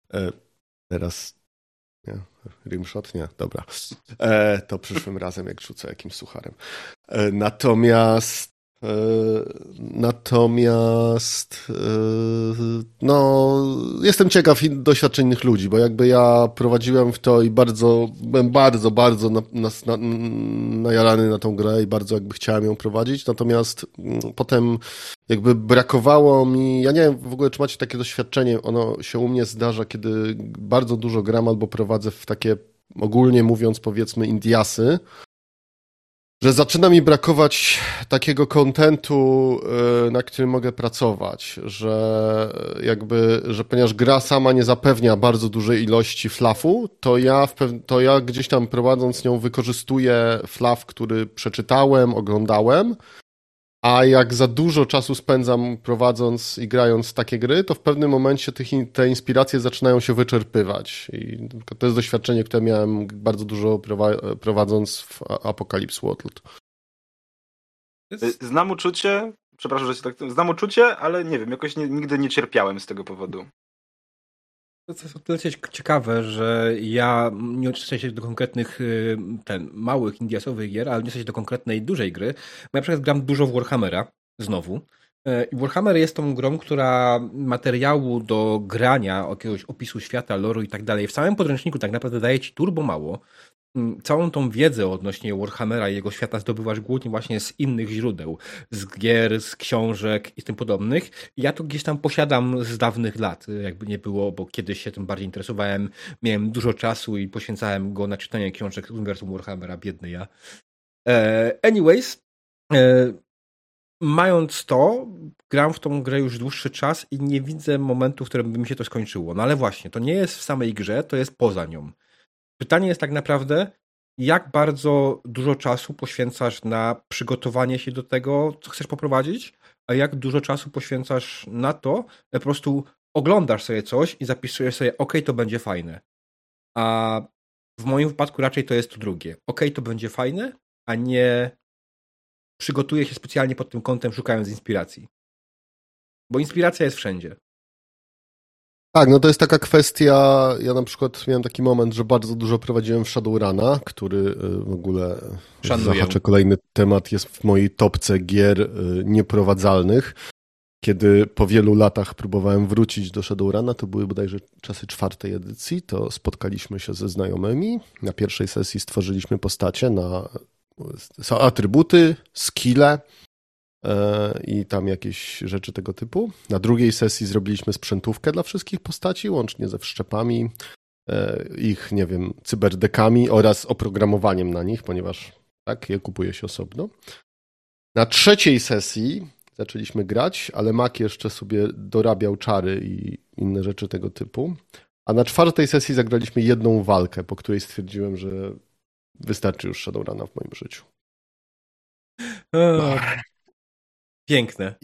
S3: Teraz nie, rimshot? Nie, dobra. To przyszłym razem, jak rzucę jakimś sucharem. Natomiast Natomiast no, jestem ciekaw doświadczeń innych ludzi, bo jakby ja prowadziłem w to i bardzo, byłem bardzo, bardzo na, na, na, najarany na tą grę i bardzo jakby chciałem ją prowadzić, natomiast potem jakby brakowało mi, ja nie wiem w ogóle, czy macie takie doświadczenie, ono się u mnie zdarza, kiedy bardzo dużo gram albo prowadzę w takie, ogólnie mówiąc, powiedzmy indiasy, że zaczyna mi brakować takiego kontentu, na którym mogę pracować, że jakby, że ponieważ gra sama nie zapewnia bardzo dużej ilości flafu, to ja, w pew- to ja gdzieś tam prowadząc nią wykorzystuję flaf, który przeczytałem, oglądałem, a jak za dużo czasu spędzam prowadząc i grając takie gry, to w pewnym momencie tych in- te inspiracje zaczynają się wyczerpywać. I to jest doświadczenie, które miałem bardzo dużo prowa- prowadząc w Apocalypse World.
S2: Znam uczucie, przepraszam, że się tak... Znam uczucie, ale nie wiem, jakoś nie, nigdy nie cierpiałem z tego powodu.
S1: To jest o tyle ciekawe, że ja nie odnoszę się do konkretnych ten, małych indiasowych gier, ale odnoszę się do konkretnej dużej gry. Bo ja na przykład gram dużo w Warhammera, znowu. I Warhammer jest tą grą, która materiału do grania, jakiegoś opisu świata, loru i tak dalej, w samym podręczniku tak naprawdę daje ci turbo mało. Całą tą wiedzę odnośnie Warhammera i jego świata zdobywasz głównie właśnie z innych źródeł, z gier, z książek i tym podobnych. I ja to gdzieś tam posiadam z dawnych lat, jakby nie było, bo kiedyś się tym bardziej interesowałem, miałem dużo czasu i poświęcałem go na czytanie książek z uniwersum Warhammera, biedny ja. Anyways, mając to, gram w tą grę już dłuższy czas i nie widzę momentu, w którym by mi się to skończyło. No ale właśnie, to nie jest w samej grze, to jest poza nią. Pytanie jest tak naprawdę, jak bardzo dużo czasu poświęcasz na przygotowanie się do tego, co chcesz poprowadzić, a jak dużo czasu poświęcasz na to, że po prostu oglądasz sobie coś i zapisujesz sobie, ok, to będzie fajne. A w moim wypadku raczej to jest to drugie. Ok, to będzie fajne, a nie przygotuję się specjalnie pod tym kątem, szukając inspiracji. Bo inspiracja jest wszędzie.
S3: Tak, no to jest taka kwestia, ja na przykład miałem taki moment, że bardzo dużo prowadziłem w Shadowruna, który w ogóle,
S1: Szanuję.
S3: zahaczę kolejny temat, jest w mojej topce gier nieprowadzalnych. Kiedy po wielu latach próbowałem wrócić do Shadowruna, to były bodajże czasy czwartej edycji, to spotkaliśmy się ze znajomymi. Na pierwszej sesji stworzyliśmy postacie na są atrybuty, skille i tam jakieś rzeczy tego typu. Na drugiej sesji zrobiliśmy sprzętówkę dla wszystkich postaci, łącznie ze wszczepami, ich, nie wiem, cyberdekami oraz oprogramowaniem na nich, ponieważ tak, je kupuje się osobno. Na trzeciej sesji zaczęliśmy grać, ale Mak jeszcze sobie dorabiał czary i inne rzeczy tego typu. A na czwartej sesji zagraliśmy jedną walkę, po której stwierdziłem, że wystarczy już Shadowruna w moim życiu.
S1: O, piękne.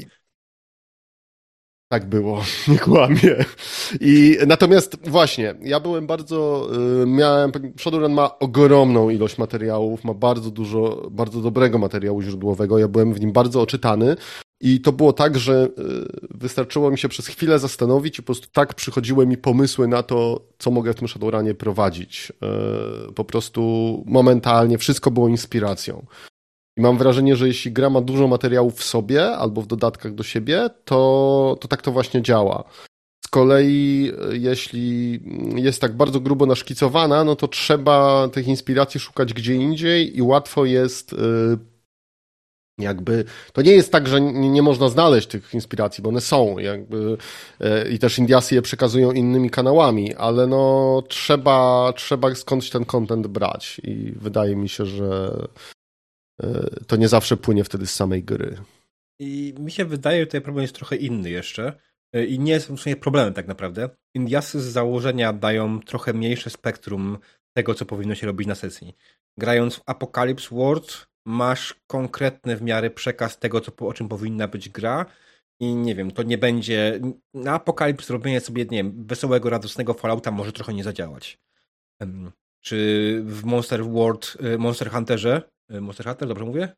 S3: Tak było, nie kłamię. I natomiast właśnie, ja byłem bardzo, miałem, Shadowrun ma ogromną ilość materiałów, ma bardzo dużo, bardzo dobrego materiału źródłowego, ja byłem w nim bardzo oczytany i to było tak, że wystarczyło mi się przez chwilę zastanowić i po prostu tak przychodziły mi pomysły na to, co mogę w tym Shadowrunie prowadzić. Po prostu momentalnie wszystko było inspiracją. I mam wrażenie, że jeśli gra ma dużo materiałów w sobie albo w dodatkach do siebie, to, to tak to właśnie działa. Z kolei jeśli jest tak bardzo grubo naszkicowana, no to trzeba tych inspiracji szukać gdzie indziej i łatwo jest jakby... To nie jest tak, że nie, nie można znaleźć tych inspiracji, bo one są jakby i też Indiasy je przekazują innymi kanałami, ale no trzeba, trzeba skądś ten content brać i wydaje mi się, że to nie zawsze płynie wtedy z samej gry.
S1: I mi się wydaje, że tutaj problem jest trochę inny jeszcze. I nie jest w sumie problemem tak naprawdę. Indiasy z założenia dają trochę mniejsze spektrum tego, co powinno się robić na sesji. Grając w Apocalypse World masz konkretny w miarę przekaz tego, co, o czym powinna być gra i nie wiem, to nie będzie... Na Apocalypse robienie sobie, nie wiem, wesołego, radosnego Fallouta może trochę nie zadziałać. Czy w Monster World, Monster Hunterze Monster Hunter, dobrze mówię?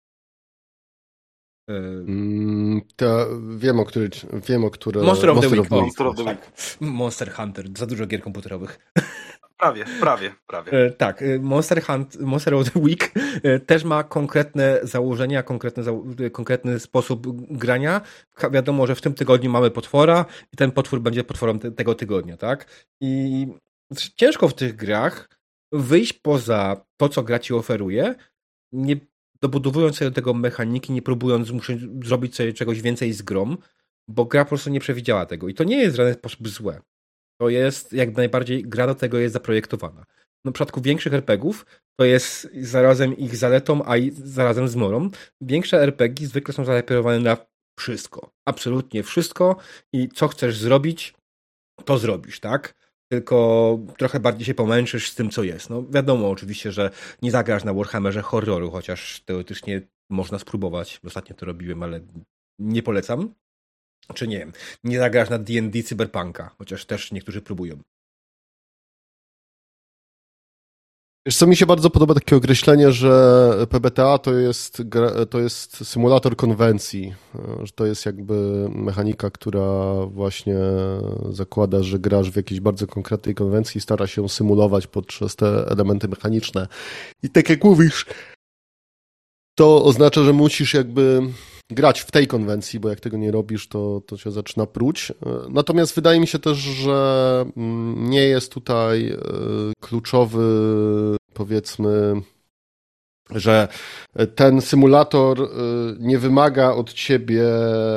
S3: Mm, to wiem, o który, wiem, o które...
S1: Monster of the Week.
S2: Monster of the Week.
S1: Monster Hunter, za dużo gier komputerowych.
S2: Prawie, prawie, prawie.
S1: Tak, Monster, Hunt, Monster of the Week też ma konkretne założenia, konkretny, konkretny sposób grania. Wiadomo, że w tym tygodniu mamy potwora i ten potwór będzie potworem te, tego tygodnia, tak? I ciężko w tych grach wyjść poza to, co gra ci oferuje, nie dobudowując sobie do tego mechaniki, nie próbując zrobić sobie czegoś więcej z grą, bo gra po prostu nie przewidziała tego. I to nie jest w żaden sposób złe. To jest jak najbardziej, gra do tego jest zaprojektowana. No, w przypadku większych er pe gie ów to jest zarazem ich zaletą, a i zarazem zmorą. Większe er pe gie zwykle są zareperowane na wszystko. Absolutnie wszystko i co chcesz zrobić, to zrobisz, tak? Tylko trochę bardziej się pomęczysz z tym, co jest. No wiadomo oczywiście, że nie zagrasz na Warhammerze horroru, chociaż teoretycznie można spróbować. Ostatnio to robiłem, ale nie polecam. Czy nie wiem, nie zagrasz na D and D Cyberpunka, chociaż też niektórzy próbują.
S3: Wiesz co, mi się bardzo podoba takie określenie, że P B T A to jest, to jest symulator konwencji, że to jest jakby mechanika, która właśnie zakłada, że grasz w jakiejś bardzo konkretnej konwencji i stara się ją symulować poprzez te elementy mechaniczne. I tak jak mówisz, to oznacza, że musisz jakby grać w tej konwencji, bo jak tego nie robisz, to, to się zaczyna pruć. Natomiast wydaje mi się też, że nie jest tutaj kluczowy, powiedzmy, że ten symulator nie wymaga od ciebie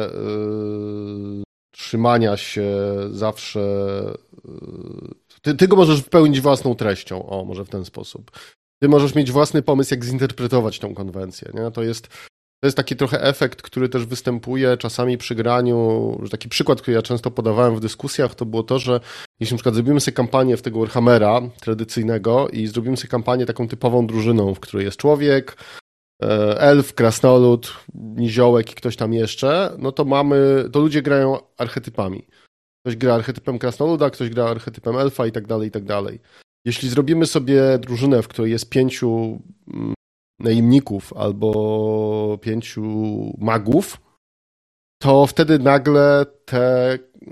S3: trzymania się zawsze... Ty, ty go możesz wypełnić własną treścią, o, może w ten sposób. Ty możesz mieć własny pomysł, jak zinterpretować tą konwencję, nie? To jest To jest taki trochę efekt, który też występuje czasami przy graniu, że taki przykład, który ja często podawałem w dyskusjach, to było to, że jeśli na przykład zrobimy sobie kampanię w tego Warhammera tradycyjnego i zrobimy sobie kampanię taką typową drużyną, w której jest człowiek, elf, krasnolud, niziołek i ktoś tam jeszcze, no to mamy, to ludzie grają archetypami. Ktoś gra archetypem krasnoluda, ktoś gra archetypem elfa i tak dalej, i tak dalej. Jeśli zrobimy sobie drużynę, w której jest pięciu najemników albo pięciu magów, to wtedy nagle te,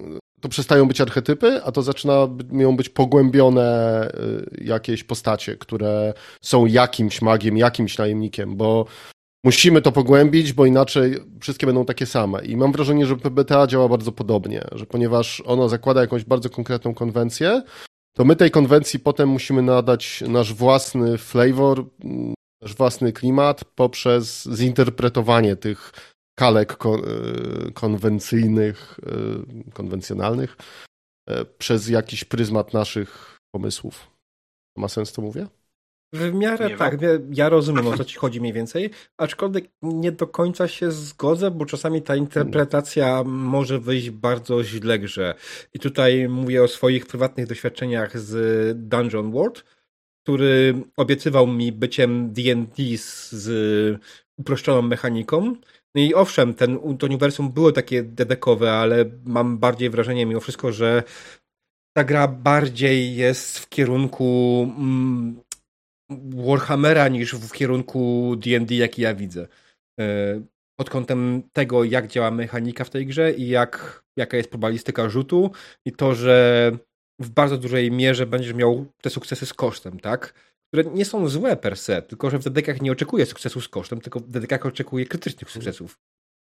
S3: to przestają być archetypy, a to zaczynają być pogłębione jakieś postacie, które są jakimś magiem, jakimś najemnikiem, bo musimy to pogłębić, bo inaczej wszystkie będą takie same. I mam wrażenie, że P B T A działa bardzo podobnie, że ponieważ ono zakłada jakąś bardzo konkretną konwencję, to my tej konwencji potem musimy nadać nasz własny flavor, nasz własny klimat poprzez zinterpretowanie tych kalek konwencyjnych, konwencjonalnych przez jakiś pryzmat naszych pomysłów. Ma sens, to mówię?
S1: W miarę
S2: nie
S1: tak, ja rozumiem, o co ci chodzi mniej więcej, aczkolwiek nie do końca się zgodzę, bo czasami ta interpretacja może wyjść bardzo źle grze. I tutaj mówię o swoich prywatnych doświadczeniach z Dungeon World, który obiecywał mi byciem D and D z, z uproszczoną mechaniką. No i owszem, ten, to uniwersum było takie dedekowe, ale mam bardziej wrażenie mimo wszystko, że ta gra bardziej jest w kierunku mm, Warhammera niż w kierunku D and D, jaki ja widzę. Pod kątem tego, jak działa mechanika w tej grze i jak, jaka jest probabilistyka rzutu i to, że w bardzo dużej mierze będziesz miał te sukcesy z kosztem, tak? Które nie są złe per se, tylko że w D D K-ach nie oczekuję sukcesu z kosztem, tylko w D D K-ach oczekuję krytycznych sukcesów.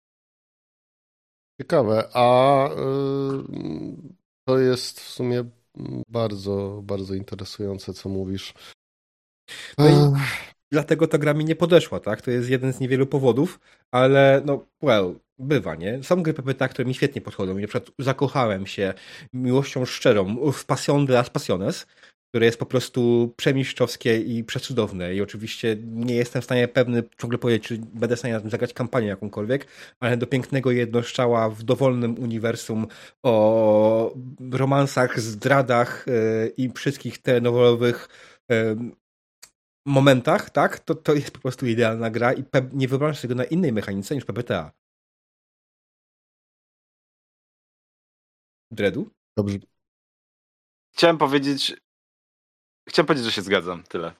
S3: Ciekawe, a yy, to jest w sumie bardzo, bardzo interesujące, co mówisz.
S1: No i dlatego ta gra mi nie podeszła, tak? To jest jeden z niewielu powodów, ale no, well, bywa, nie? Są gry P B T A, które mi świetnie podchodzą. I na przykład zakochałem się miłością szczerą w Passion de las Pasiones, które jest po prostu przemiszczowskie i przecudowne. I oczywiście nie jestem w stanie pewny ciągle powiedzieć, czy będę w stanie na tym zagrać kampanię jakąkolwiek, ale do pięknego jednoszczała w dowolnym uniwersum o romansach, zdradach yy, i wszystkich telenowolowych yy, momentach, tak, to, to jest po prostu idealna gra i pe- nie wyobrażam sobie tego na innej mechanice niż P B T A. Dreadu?
S3: Dobrze.
S2: Chciałem powiedzieć, chciałem powiedzieć, że się zgadzam. Tyle.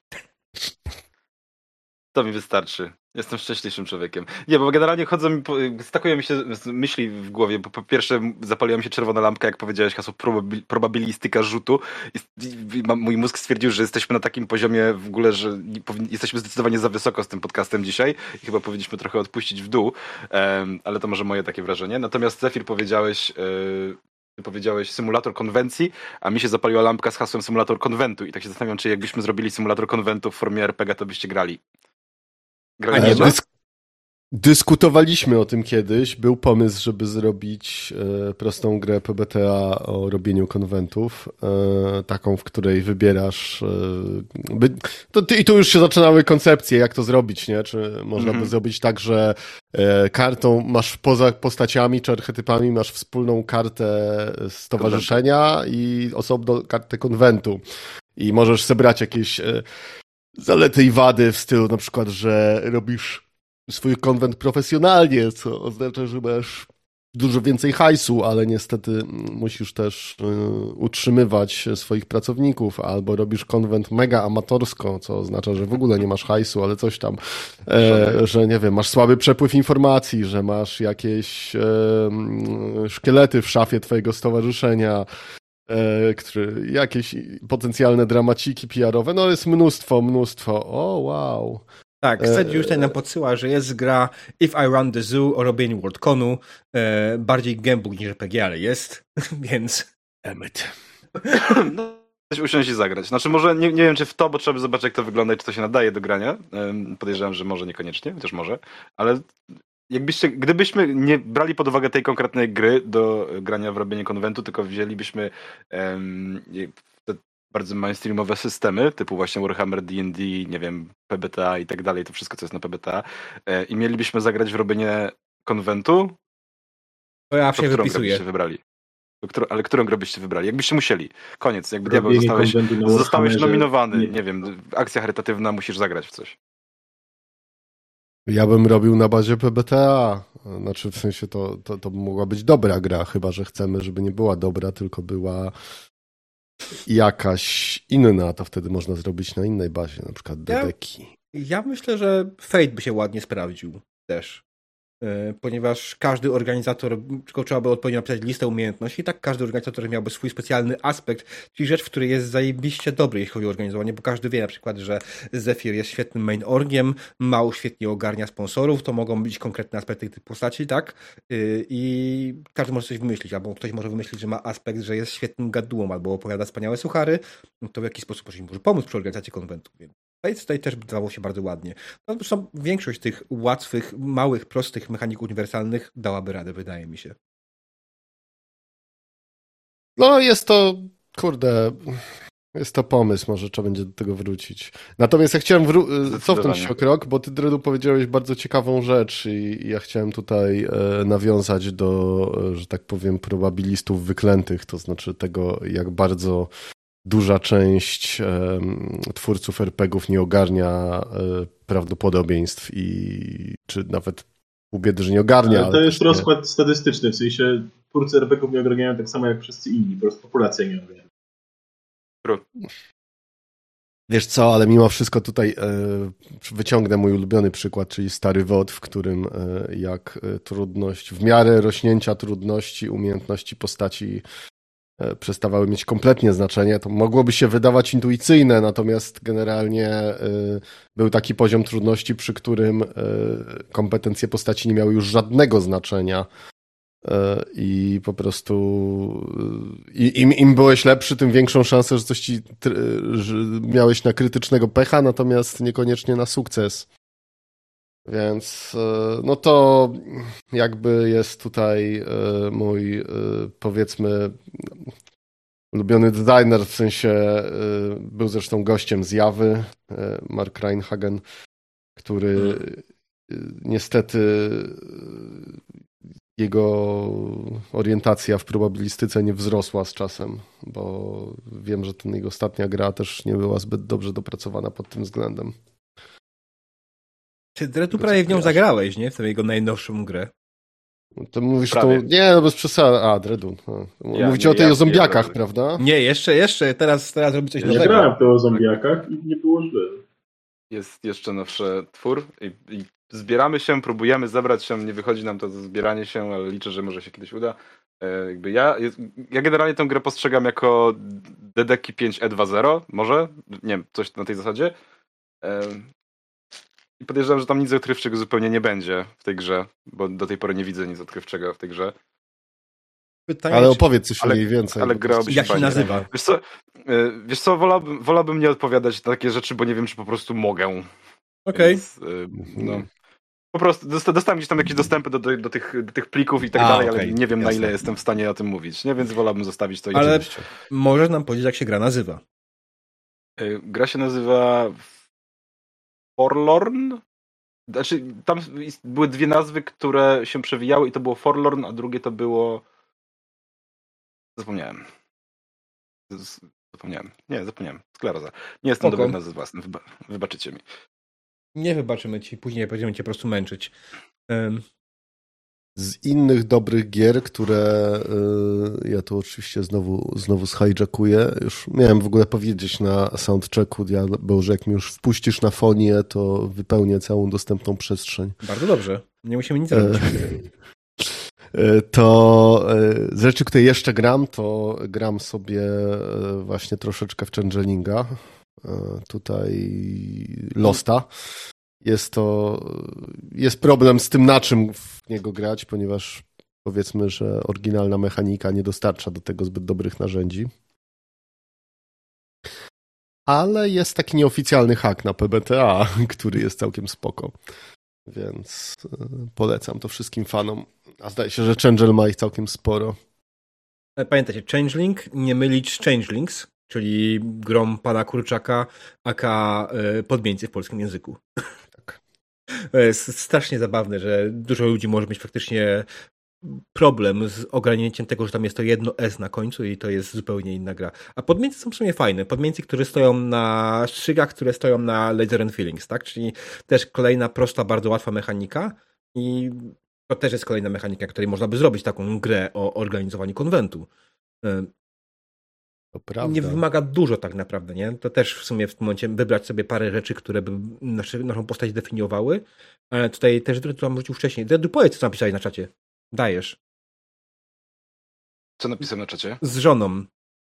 S2: To mi wystarczy. Jestem szczęśliwszym człowiekiem. Nie, bo generalnie chodzą mi, stakują mi się myśli w głowie, bo po pierwsze zapaliła mi się czerwona lampka, jak powiedziałeś hasło probabil, probabilistyka rzutu i, i, i mój mózg stwierdził, że jesteśmy na takim poziomie w ogóle, że nie, powin, jesteśmy zdecydowanie za wysoko z tym podcastem dzisiaj i chyba powinniśmy trochę odpuścić w dół, um, ale to może moje takie wrażenie. Natomiast Zephyr powiedziałeś, yy, ty powiedziałeś symulator konwencji, a mi się zapaliła lampka z hasłem symulator konwentu i tak się zastanawiam, czy jakbyśmy zrobili symulator konwentu w formie R P G, to byście grali.
S3: A nie dysk- dyskutowaliśmy o tym kiedyś. Był pomysł, żeby zrobić e, prostą grę P B T A o robieniu konwentów. E, taką, w której wybierasz... E, by, to, I tu już się zaczynały koncepcje, jak to zrobić, nie? Czy można mm-hmm. by zrobić tak, że e, kartą masz poza postaciami czy archetypami masz wspólną kartę stowarzyszenia konwentu. I osobną kartę konwentu. I możesz zebrać jakieś... E, zalety i wady w stylu na przykład, że robisz swój konwent profesjonalnie, co oznacza, że masz dużo więcej hajsu, ale niestety musisz też y, utrzymywać swoich pracowników, albo robisz konwent mega amatorsko, co oznacza, że w ogóle nie masz hajsu, ale coś tam, e, że nie wiem, masz słaby przepływ informacji, że masz jakieś e, szkielety w szafie twojego stowarzyszenia, który, jakieś potencjalne dramaciki P R-owe, no jest mnóstwo, mnóstwo. O, wow.
S1: Tak, Seth już tutaj nam podsyła, że jest gra If I Run the Zoo o robieniu WorldConu, e, bardziej gambling niż R P G, ale jest, więc
S3: Emmet.
S2: No, coś usiąść i zagrać. Znaczy może, nie, nie wiem czy w to, bo trzeba by zobaczyć jak to wygląda i czy to się nadaje do grania. Podejrzewam, że może niekoniecznie, chociaż może, ale jakbyście, gdybyśmy nie brali pod uwagę tej konkretnej gry do grania w robienie konwentu, tylko wzięlibyśmy um, te bardzo mainstreamowe systemy, typu właśnie Warhammer, D and D, nie wiem, P B T A i tak dalej, to wszystko, co jest na P B T A, e, i mielibyśmy zagrać w robienie konwentu,
S1: to ja
S2: to
S1: się
S2: którą
S1: wypisuję.
S2: grę byście wybrali? Którą, ale którą grę byście wybrali? Jakbyście musieli. Koniec. Jakby diabeł zostałeś, zostałeś nominowany. Nie. nie wiem, akcja charytatywna, musisz zagrać w coś.
S3: Ja bym robił na bazie P B T A. Znaczy w sensie to, to, to mogła być dobra gra, chyba że chcemy, żeby nie była dobra, tylko była jakaś inna, to wtedy można zrobić na innej bazie, na przykład Dedeki.
S1: Ja, ja myślę, że Fate by się ładnie sprawdził też. ponieważ każdy organizator, tylko trzeba by odpowiednio napisać listę umiejętności, tak każdy organizator miałby swój specjalny aspekt, czyli rzecz, w której jest zajebiście dobry, jeśli chodzi o organizowanie, bo każdy wie na przykład, że Zephyr jest świetnym main orgiem, Mał świetnie ogarnia sponsorów, to mogą być konkretne aspekty tych postaci, tak? I każdy może coś wymyślić, albo ktoś może wymyślić, że ma aspekt, że jest świetnym gadułą, albo opowiada wspaniałe suchary, to w jakiś sposób może pomóc przy organizacji konwentu. Tutaj, tutaj też dało się bardzo ładnie. No, zresztą większość tych łatwych, małych, prostych mechanik uniwersalnych dałaby radę, wydaje mi się.
S3: No jest to, kurde, jest to pomysł, może trzeba będzie do tego wrócić. Natomiast ja chciałem wró- cofnąć się o krok, bo ty, Dredu, powiedziałeś bardzo ciekawą rzecz i ja chciałem tutaj e, nawiązać do, że tak powiem, probabilistów wyklętych, to znaczy tego, jak bardzo duża część e, twórców er pe gie ów nie ogarnia e, prawdopodobieństw i czy nawet pół biedy, że nie ogarnia.
S4: Ale to
S3: ale
S4: jest
S3: nie...
S4: rozkład statystyczny, w sensie twórcy er pe gie ów nie ogarniają tak samo jak wszyscy inni, po prostu populacja nie ogarnia.
S3: Wiesz co, ale mimo wszystko tutaj e, wyciągnę mój ulubiony przykład, czyli Stary W O D, w którym e, jak e, trudność, w miarę rośnięcia trudności, umiejętności postaci e, przestawały mieć kompletnie znaczenie, to mogłoby się wydawać intuicyjne, natomiast generalnie e, był taki poziom trudności, przy którym e, kompetencje postaci nie miały już żadnego znaczenia. I po prostu im, im byłeś lepszy, tym większą szansę, że coś ci że miałeś na krytycznego pecha, natomiast niekoniecznie na sukces. Więc no to jakby jest tutaj mój, powiedzmy, ulubiony designer, w sensie był zresztą gościem z Jawy, Mark Reinhagen, który niestety jego orientacja w probabilistyce nie wzrosła z czasem, bo wiem, że ten jego ostatnia gra też nie była zbyt dobrze dopracowana pod tym względem.
S1: Ty Dredu prawie w nią zagrałeś, nie? W tę jego najnowszą grę.
S3: To mówisz to... Nie, no bez przesady. A, Dredu. Ja, Mówicie nie, o tej ja, o zombiakach, ja, prawda?
S1: Nie, jeszcze, jeszcze. Teraz, teraz robi coś
S4: ja
S1: nowego.
S4: Ja grałem to o zombiakach i nie było źle.
S2: Jest jeszcze nowszy twór i, i zbieramy się, próbujemy zebrać się, nie wychodzi nam to zbieranie się, ale liczę, że może się kiedyś uda. E, jakby ja, ja generalnie tę grę postrzegam jako D D K pięć E dwa zero, może? Nie wiem, coś na tej zasadzie. E, I podejrzewam, że tam nic odkrywczego zupełnie nie będzie w tej grze, bo do tej pory nie widzę nic odkrywczego w tej grze.
S3: Pytanie, ale opowiedz coś
S2: ale,
S3: mniej więcej.
S2: Ale gra
S1: Jak się nazywa?
S2: Wiesz co, wiesz co wolałbym, wolałbym nie odpowiadać na takie rzeczy, bo nie wiem, czy po prostu mogę.
S1: Okej.
S2: Okay. No. Po prostu dostałem gdzieś tam jakieś dostępy do, do, do, tych, do tych plików i tak
S1: A,
S2: dalej,
S1: okay.
S2: ale nie wiem,
S1: Jasne.
S2: na ile jestem w stanie o tym mówić, nie? Więc wolałbym zostawić to.
S1: Ale
S2: oczywiście.
S1: możesz nam powiedzieć, jak się gra nazywa?
S2: Gra się nazywa Forlorn. Znaczy, tam były dwie nazwy, które się przewijały i to było Forlorn, a drugie to było... Zapomniałem. Zapomniałem. Nie, zapomniałem. Skleroza. Nie jestem dobry nazwy własny. Wyba wybaczycie mi.
S1: Nie wybaczymy ci. Później będziemy cię po prostu męczyć. Um.
S3: Z innych dobrych gier, które y, ja tu oczywiście znowu, znowu zhijackuję, już miałem w ogóle powiedzieć na soundchecku, bo że jak mi już wpuścisz na fonię, to wypełnię całą dostępną przestrzeń.
S1: Bardzo dobrze. Nie musimy nic robić.
S3: To z rzeczy, które jeszcze gram, to gram sobie właśnie troszeczkę w Changelinga. Tutaj Losta. Jest to, jest problem z tym, na czym w niego grać, ponieważ powiedzmy, że oryginalna mechanika nie dostarcza do tego zbyt dobrych narzędzi. Ale jest taki nieoficjalny hack na P B T A, który jest całkiem spoko. Więc polecam to wszystkim fanom. A zdaje się, że Changel ma ich całkiem sporo.
S1: Pamiętajcie, Changeling, nie mylić z Changelings, czyli grom pana Kurczaka, aka podmieńcy w polskim języku.
S3: Tak.
S1: Jest strasznie zabawne, że dużo ludzi może mieć faktycznie problem z ogarnięciem tego, że tam jest to jedno S na końcu i to jest zupełnie inna gra. A podmieńcy są w sumie fajne. Podmieńcy, którzy stoją na strzygach, które stoją na laser and feelings, tak? Czyli też kolejna prosta, bardzo łatwa mechanika i to też jest kolejna mechanika, której można by zrobić taką grę o organizowaniu konwentu.
S3: To prawda.
S1: Nie wymaga dużo tak naprawdę, nie? To też w sumie w tym momencie wybrać sobie parę rzeczy, które by nasze, naszą postać definiowały, ale tutaj też to tam wrócił wcześniej. Dredu, powiedz, co napisałeś na czacie. Dajesz.
S2: Co napisałem na czacie?
S1: Z żoną.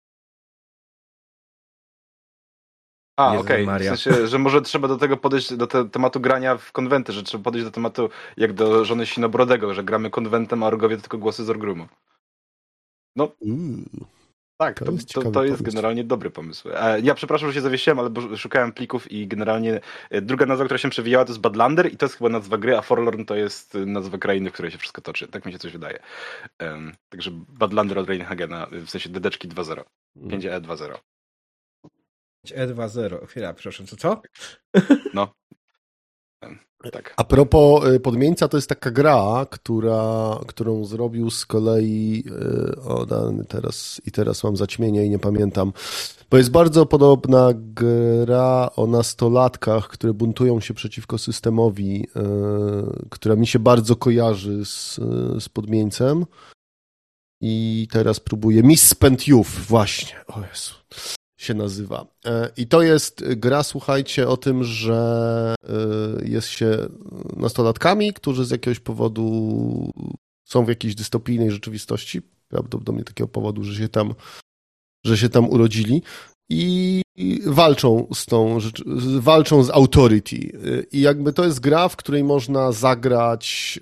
S2: A,
S1: Jezus
S2: okej,
S1: Maria.
S2: w sensie, że może trzeba do tego podejść, do te, tematu grania w konwenty, że trzeba podejść do tematu jak do żony Sinobrodego, że gramy konwentem, a orgowie to tylko głosy z Orgrumu. No,
S3: Uuu.
S2: tak,
S3: To
S2: to,
S3: jest
S2: to,
S3: ciekawy
S2: to jest
S3: pomysł.
S2: generalnie dobry pomysł. E, ja przepraszam, że się zawiesiłem, ale bo szukałem plików i generalnie e, druga nazwa, która się przewijała, to jest Badlander i to jest chyba nazwa gry, a Forlorn to jest e, nazwa krainy, w której się wszystko toczy. Tak mi się coś wydaje. Um, także Badlander od Reinhagena, w sensie dedeczki dwa zero. pięć E dwa zero.
S1: E dwa zero. Chwila, przepraszam, co co?
S2: No. Um, tak.
S3: A propos y, Podmieńca, to jest taka gra, która, którą zrobił z kolei y, o dany teraz i teraz mam zaćmienie i nie pamiętam, bo jest bardzo podobna gra o nastolatkach, które buntują się przeciwko systemowi, y, która mi się bardzo kojarzy z, z Podmieńcem i teraz próbuję Misspent Youth, właśnie, o Jezu. Się nazywa. I to jest gra, słuchajcie, o tym, że jest się nastolatkami, którzy z jakiegoś powodu są w jakiejś dystopijnej rzeczywistości, prawdopodobnie takiego powodu, że się tam, że się tam urodzili i walczą z tą, walczą z Authority. I jakby to jest gra, w której można zagrać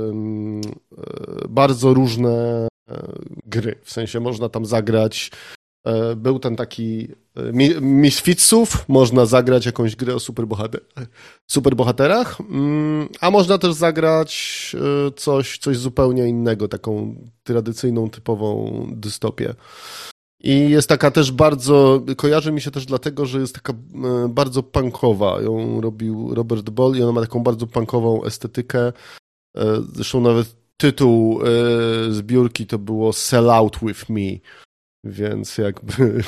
S3: bardzo różne gry. W sensie można tam zagrać. Był ten taki Misfitsów, można zagrać jakąś grę o superbohater, superbohaterach, a można też zagrać coś, coś zupełnie innego, taką tradycyjną, typową dystopię. I jest taka też bardzo, kojarzy mi się też dlatego, że jest taka bardzo punkowa. Ją robił Robert Ball i ona ma taką bardzo punkową estetykę. Zresztą nawet tytuł zbiórki to było Sell Out With Me. Więc jakby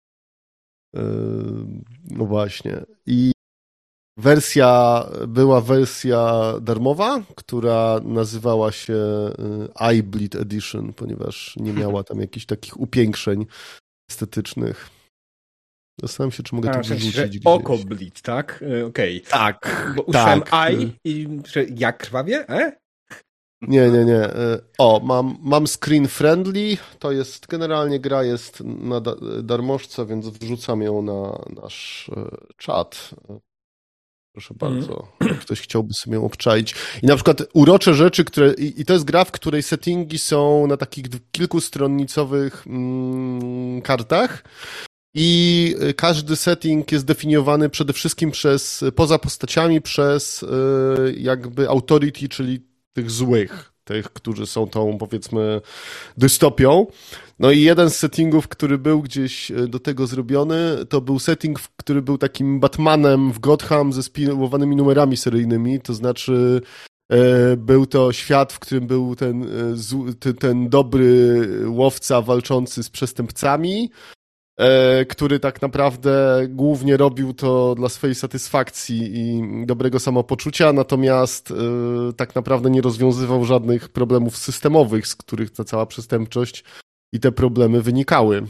S3: no właśnie. I wersja, była wersja darmowa, która nazywała się iBleed Edition, ponieważ nie miała tam jakichś takich upiększeń estetycznych. Zastanawiam się, czy mogę
S1: A,
S3: to
S1: w sensie,
S3: wyrzucić
S1: że
S3: gdzieś.
S1: oko bleed, tak? Okej. Okay.
S3: Tak,
S1: Bo usłyszałem
S3: tak.
S1: I i że jak krwawie? E?
S3: Nie, nie, nie. O, mam, mam screen friendly. To jest, generalnie gra jest na darmożce, więc wrzucam ją na nasz czat. Proszę bardzo, mm. jak ktoś chciałby sobie ją obczaić. I na przykład urocze rzeczy, które, i, i to jest gra, w której settingi są na takich kilkustronnicowych mm, kartach. I każdy setting jest definiowany przede wszystkim przez, poza postaciami, przez jakby authority, czyli tych złych, tych, którzy są tą, powiedzmy, dystopią. No i jeden z settingów, który był gdzieś do tego zrobiony, to był setting, który był takim Batmanem w Gotham ze spinowanymi numerami seryjnymi, to znaczy e, był to świat, w którym był ten, e, ten, ten dobry łowca walczący z przestępcami, który tak naprawdę głównie robił to dla swojej satysfakcji i dobrego samopoczucia, natomiast tak naprawdę nie rozwiązywał żadnych problemów systemowych, z których ta cała przestępczość i te problemy wynikały.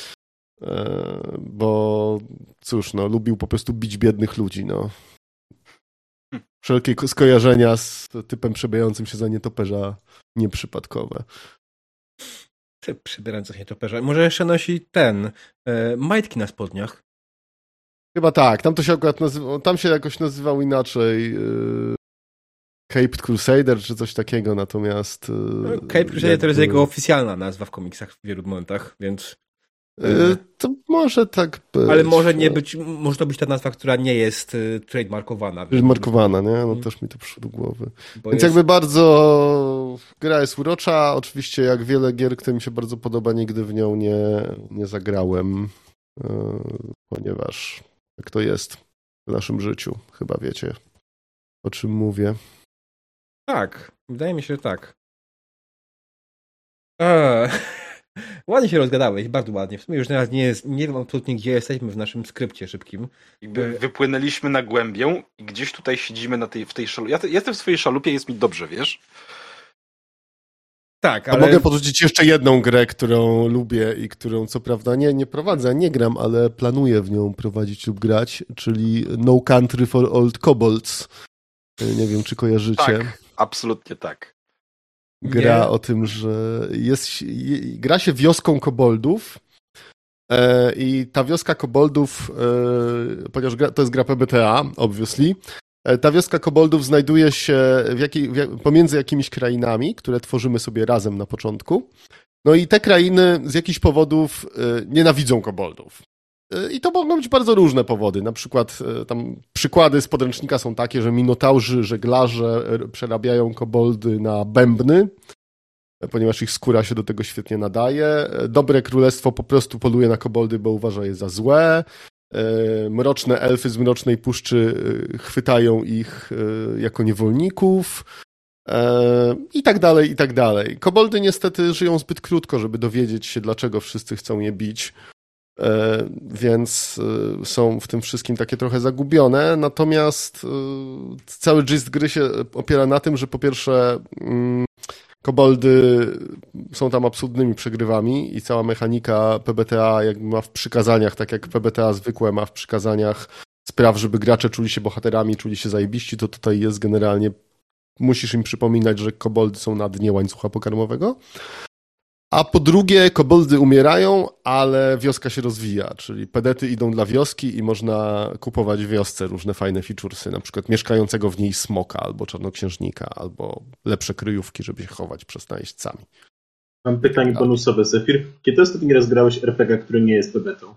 S3: Bo cóż, no, lubił po prostu bić biednych ludzi, no. Wszelkie skojarzenia z typem przebijającym się za nietoperza nieprzypadkowe.
S1: Przybierający się nietoperza. Może jeszcze nosi ten, e, majtki na spodniach.
S3: Chyba tak. Tam to się akurat nazywa, tam się jakoś nazywał inaczej yy, Caped Crusader czy coś takiego, natomiast... Yy,
S1: Caped Crusader jakby... to jest jego oficjalna nazwa w komiksach w wielu momentach, więc...
S3: Yy, to może tak być.
S1: Ale może nie być, może to być ta nazwa, która nie jest y, trademarkowana.
S3: Trademarkowana, nie? No też mi to przyszło do głowy.
S1: Bo
S3: Więc
S1: jest...
S3: jakby bardzo... Gra jest urocza. Oczywiście jak wiele gier, które mi się bardzo podoba, nigdy w nią nie, nie zagrałem, yy, ponieważ jak to jest w naszym życiu. Chyba wiecie, o czym mówię.
S1: Tak, wydaje mi się, że tak. Eee. Ładnie się rozgadałeś, bardzo ładnie. W sumie już teraz nie, jest, nie wiem absolutnie, gdzie jesteśmy w naszym skrypcie szybkim.
S2: Jakby wypłynęliśmy na głębię i gdzieś tutaj siedzimy na tej, w tej szalupie. Ja, ja jestem w swojej szalupie, jest mi dobrze, wiesz?
S1: Tak,
S3: ale...
S1: ale...
S3: A mogę podrzucić jeszcze jedną grę, którą lubię i którą co prawda nie, nie prowadzę, nie gram, ale planuję w nią prowadzić lub grać, czyli No Country for Old Kobolds. Nie wiem, czy kojarzycie.
S2: Tak, absolutnie tak.
S3: Gra
S1: Nie.
S3: o tym, że jest, gra się wioską koboldów e, i ta wioska koboldów, e, ponieważ gra, to jest gra P B T A, obviously, e, ta wioska koboldów znajduje się w jakiej, w, pomiędzy jakimiś krainami, które tworzymy sobie razem na początku. No i te krainy z jakichś powodów e, nienawidzą koboldów. I to mogą być bardzo różne powody. Na przykład tam przykłady z podręcznika są takie, że minotaurzy, żeglarze przerabiają koboldy na bębny, ponieważ ich skóra się do tego świetnie nadaje. Dobre królestwo po prostu poluje na koboldy, bo uważa je za złe. Mroczne elfy z Mrocznej Puszczy chwytają ich jako niewolników. I tak dalej, i tak dalej. Koboldy niestety żyją zbyt krótko, żeby dowiedzieć się, dlaczego wszyscy chcą je bić. Więc są w tym wszystkim takie trochę zagubione, natomiast cały gist gry się opiera na tym, że po pierwsze koboldy są tam absurdnymi przegrywami i cała mechanika P B T A jakby ma w przykazaniach, tak jak P B T A zwykłe ma w przykazaniach spraw, żeby gracze czuli się bohaterami, czuli się zajebiści, to tutaj jest generalnie, musisz im przypominać, że koboldy są na dnie łańcucha pokarmowego. A po drugie, koboldy umierają, ale wioska się rozwija, czyli pedety idą dla wioski i można kupować w wiosce różne fajne featuresy, na przykład mieszkającego w niej smoka, albo czarnoksiężnika, albo lepsze kryjówki, żeby się chować przed najeźdźcami.
S4: Mam pytanie bonusowe, Zephyr. Kiedy ostatni raz grałeś R P G, który nie jest pebetą?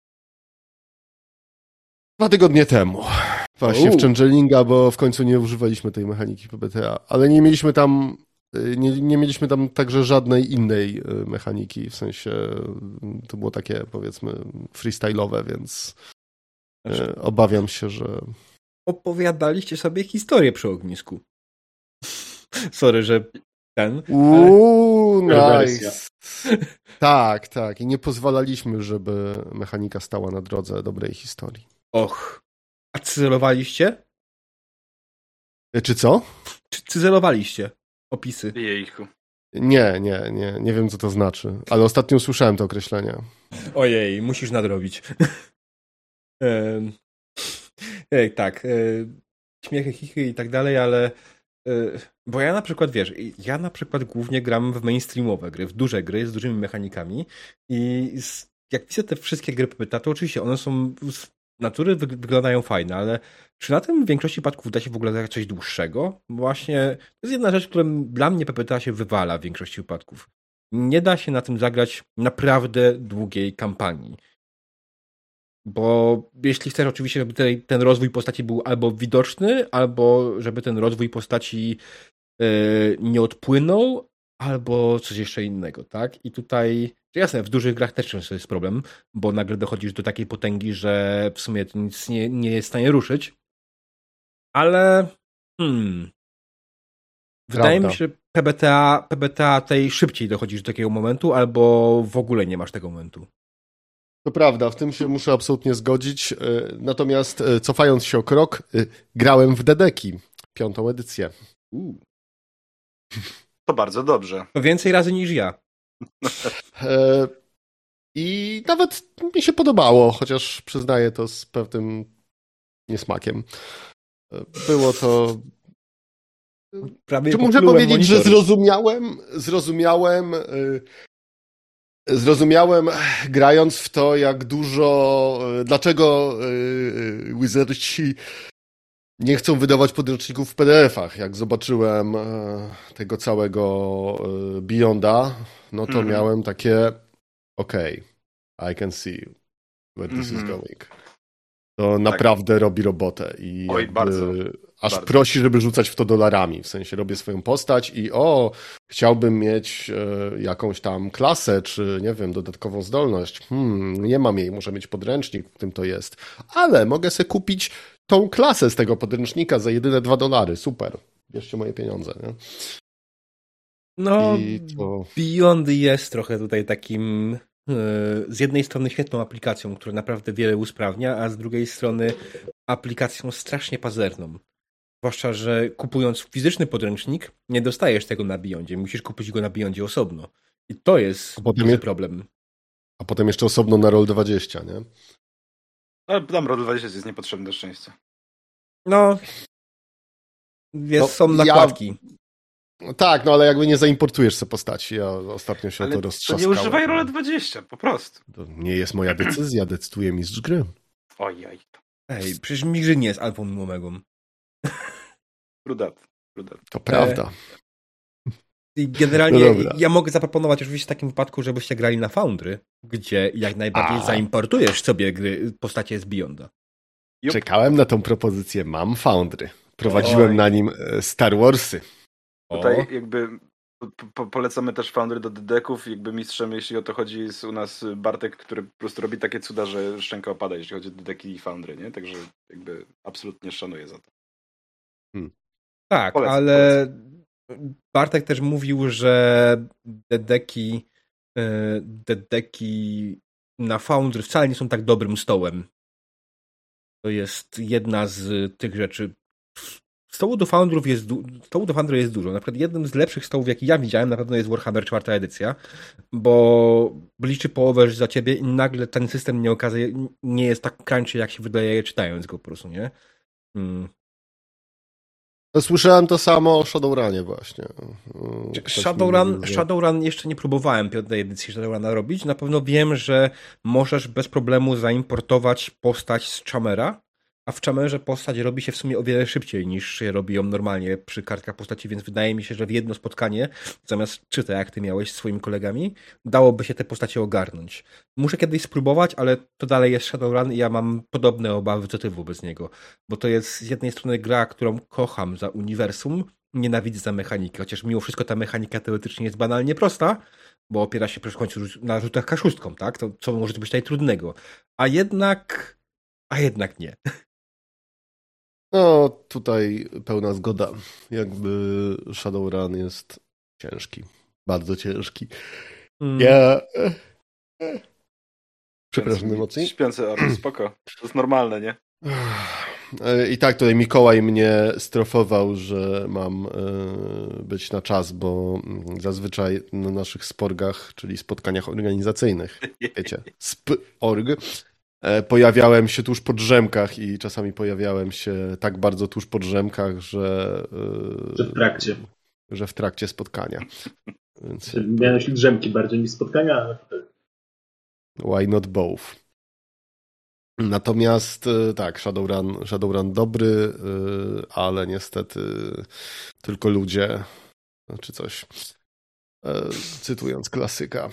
S3: Dwa tygodnie temu. Właśnie
S1: Uuu.
S3: w Changelinga, bo w końcu nie używaliśmy tej mechaniki P B T A, ale nie mieliśmy tam Nie, nie mieliśmy tam także żadnej innej mechaniki, w sensie to było takie, powiedzmy, freestyle'owe, więc znaczy, obawiam się, że...
S1: Opowiadaliście sobie historię przy ognisku. Sorry, że ten...
S3: Uuu,
S4: ale...
S3: nice! Tak, tak. I nie pozwalaliśmy, żeby mechanika stała na drodze dobrej historii.
S1: Och. A cyzelowaliście?
S3: Czy co?
S1: Czy cyzelowaliście opisy?
S2: Jejku.
S3: Nie, nie, nie. Nie wiem, co to znaczy. Ale ostatnio usłyszałem to określenie.
S1: Ojej, musisz nadrobić. Ej, tak. Śmiechy, chichy i tak dalej, ale bo ja na przykład, wiesz, ja na przykład głównie gram w mainstreamowe gry, w duże gry z dużymi mechanikami i jak widzę te wszystkie gry P B T A, to oczywiście one są z natury wyglądają fajne, ale czy na tym w większości przypadków da się w ogóle zagrać coś dłuższego? Właśnie to jest jedna rzecz, która dla mnie P B T A się wywala w większości przypadków. Nie da się na tym zagrać naprawdę długiej kampanii. Bo jeśli chcesz oczywiście, żeby ten, ten rozwój postaci był albo widoczny, albo żeby ten rozwój postaci yy, nie odpłynął, albo coś jeszcze innego, tak? I tutaj, jasne, w dużych grach też często jest problem, bo nagle dochodzisz do takiej potęgi, że w sumie to nic nie, nie jest w stanie ruszyć. Ale hmm, wydaje mi się, że P B T A, P B T A tej szybciej dochodzisz do takiego momentu, albo w ogóle nie masz tego momentu.
S3: To prawda, w tym się muszę absolutnie zgodzić. Natomiast cofając się o krok, grałem w Dedeki, piątą edycję.
S1: Uh.
S2: To bardzo dobrze.
S1: To więcej razy niż ja.
S3: I nawet mi się podobało, chociaż przyznaję to z pewnym niesmakiem. Było to...
S1: Prawie
S3: Czy muszę powiedzieć, monitor. że zrozumiałem, zrozumiałem... Zrozumiałem, grając w to, jak dużo, dlaczego Wizardsi nie chcą wydawać podręczników w P D F-ach. Jak zobaczyłem tego całego Beyonda, no to mm-hmm. miałem takie, okej, okay, I can see where this mm-hmm. is going. To tak. naprawdę robi robotę i
S2: Oj, bardzo.
S3: aż
S2: bardzo.
S3: prosi, żeby rzucać w to dolarami. W sensie robię swoją postać i o, chciałbym mieć e, jakąś tam klasę, czy nie wiem, dodatkową zdolność. Hmm, nie mam jej, muszę mieć podręcznik, w tym to jest. Ale mogę sobie kupić tą klasę z tego podręcznika za jedyne dwa dolary. Super. Bierzcie moje pieniądze. Nie?
S1: No,
S3: to...
S1: Beyond jest trochę tutaj takim... z jednej strony świetną aplikacją, która naprawdę wiele usprawnia, a z drugiej strony aplikacją strasznie pazerną. Zwłaszcza, że kupując fizyczny podręcznik, nie dostajesz tego na Beyondzie. Musisz kupić go na Beyondzie osobno. I to jest duży
S3: je...
S1: problem.
S3: A potem jeszcze osobno na Roll dwadzieścia, nie?
S2: Ale tam Roll dwadzieścia jest niepotrzebny do szczęścia.
S1: No. Jest,
S3: no
S1: są nakładki.
S3: Ja... Tak, no ale jakby nie zaimportujesz sobie postaci. Ja ostatnio się
S2: ale
S3: o to roztrzaskałem.
S2: to nie używaj Roll dwadzieścia, po prostu.
S3: To nie jest moja decyzja, decyduje mistrz gry.
S2: Ojej.
S1: Ej, przecież Migrzy nie jest alfą i omegą.
S2: Brudat. Brudat.
S3: To prawda.
S1: I generalnie
S3: no
S1: ja mogę zaproponować oczywiście w takim wypadku, żebyście grali na Foundry, gdzie jak najbardziej A. zaimportujesz sobie gry, postacie z Beyonda.
S3: Jup. Czekałem na tą propozycję. Mam Foundry. Prowadziłem Oj. na nim Star Warsy.
S2: Tutaj jakby po, polecamy też Foundry do dedeków. Jakby mistrzem, jeśli o to chodzi, jest u nas Bartek, który po prostu robi takie cuda, że szczęka opada, jeśli chodzi o dedeki i Foundry, nie? Także jakby absolutnie szanuję za to.
S1: Hmm. Tak,
S2: polecam,
S1: ale
S2: polecam.
S1: Bartek też mówił, że dedeki dedeki na Foundry wcale nie są tak dobrym stołem. To jest jedna z tych rzeczy. Stołu do Foundrów jest, du- stołu do Foundry jest dużo. Na przykład jednym z lepszych stołów, jaki ja widziałem, na pewno jest Warhammer czwarta edycja, bo liczy połowę za ciebie i nagle ten system nie okazuje, nie jest tak crunchy, jak się wydaje, czytając go po prostu, nie? Hmm.
S3: Słyszałem to samo o Shadowrunie właśnie.
S1: Shadowrun, mówił, że... Shadowrun jeszcze nie próbowałem piątej edycji Shadowruna robić. Na pewno wiem, że możesz bez problemu zaimportować postać z Chamera, a w Chamerze postać robi się w sumie o wiele szybciej niż się robi ją normalnie przy kartkach postaci, więc wydaje mi się, że w jedno spotkanie, zamiast trzy te jak ty miałeś z swoimi kolegami, dałoby się te postacie ogarnąć. Muszę kiedyś spróbować, ale to dalej jest Shadowrun i ja mam podobne obawy co ty wobec niego, bo to jest z jednej strony gra, którą kocham za uniwersum, nienawidzę za mechanikę, chociaż mimo wszystko ta mechanika teoretycznie jest banalnie prosta, bo opiera się przecież w końcu na rzutach K sześć, tak? To co może być tutaj trudnego. A jednak... A jednak nie.
S3: No, tutaj pełna zgoda. Jakby Shadowrun jest ciężki. Bardzo ciężki. Mm. Ja... Przepraszam najmocniej.
S2: Śpiący orł, spoko. To jest normalne, nie?
S3: I tak tutaj Mikołaj mnie strofował, że mam być na czas, bo zazwyczaj na naszych sporgach, czyli spotkaniach organizacyjnych, wiecie, sp-org, pojawiałem się tuż po drzemkach i czasami pojawiałem się tak bardzo tuż po drzemkach, że...
S4: Że w trakcie.
S3: Że w trakcie spotkania. Więc...
S4: Miałem się drzemki bardziej niż spotkania, ale...
S3: Why not both? Natomiast tak, Shadowrun, Shadowrun dobry, ale niestety tylko ludzie, czy coś, cytując klasyka.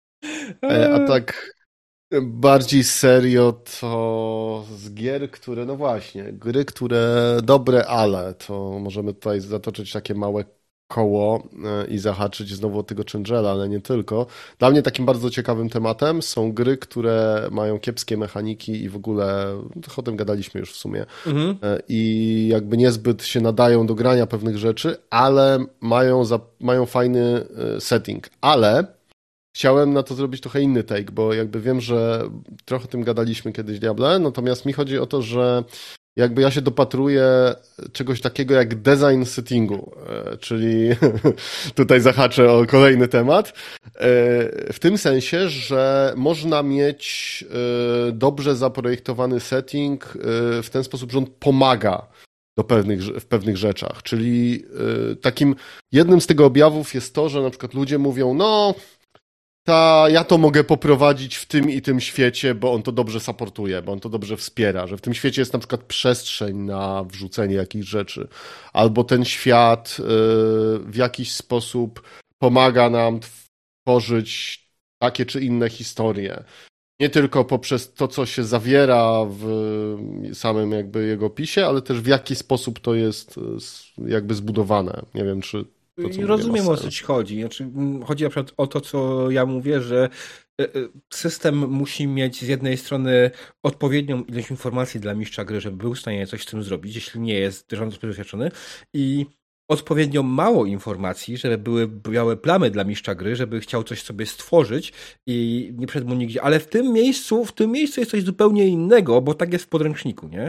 S3: A tak bardziej serio to z gier, które, no właśnie, gry, które dobre, ale to możemy tutaj zatoczyć takie małe koło i zahaczyć znowu od tego Changela, ale nie tylko. Dla mnie takim bardzo ciekawym tematem są gry, które mają kiepskie mechaniki i w ogóle, o tym gadaliśmy już w sumie, mhm. i jakby niezbyt się nadają do grania pewnych rzeczy, ale mają, za, mają fajny setting. Ale chciałem na to zrobić trochę inny take, bo jakby wiem, że trochę o tym gadaliśmy kiedyś Diable, natomiast mi chodzi o to, że jakby ja się dopatruję czegoś takiego jak design settingu, czyli tutaj zahaczę o kolejny temat, w tym sensie, że można mieć dobrze zaprojektowany setting w ten sposób, że on pomaga do pewnych, w pewnych rzeczach, czyli takim jednym z tego objawów jest to, że na przykład ludzie mówią, no ta, ja to mogę poprowadzić w tym i tym świecie, bo on to dobrze supportuje, bo on to dobrze wspiera, że w tym świecie jest na przykład przestrzeń na wrzucenie jakichś rzeczy, albo ten świat y, w jakiś sposób pomaga nam tworzyć takie czy inne historie. Nie tylko poprzez to, co się zawiera w samym jakby jego opisie, ale też w jaki sposób to jest jakby zbudowane. Nie wiem, czy
S1: To, rozumiem, o co ci chodzi. Znaczy, chodzi na przykład o to, co ja mówię, że system musi mieć z jednej strony odpowiednią ilość informacji dla mistrza gry, żeby był w stanie coś z tym zrobić, jeśli nie jest rząd doświadczony, i odpowiednio mało informacji, żeby były białe plamy dla mistrza gry, żeby chciał coś sobie stworzyć i nie przed mu nigdzie. Ale w tym miejscu, w tym miejscu jest coś zupełnie innego, bo tak jest w podręczniku, nie?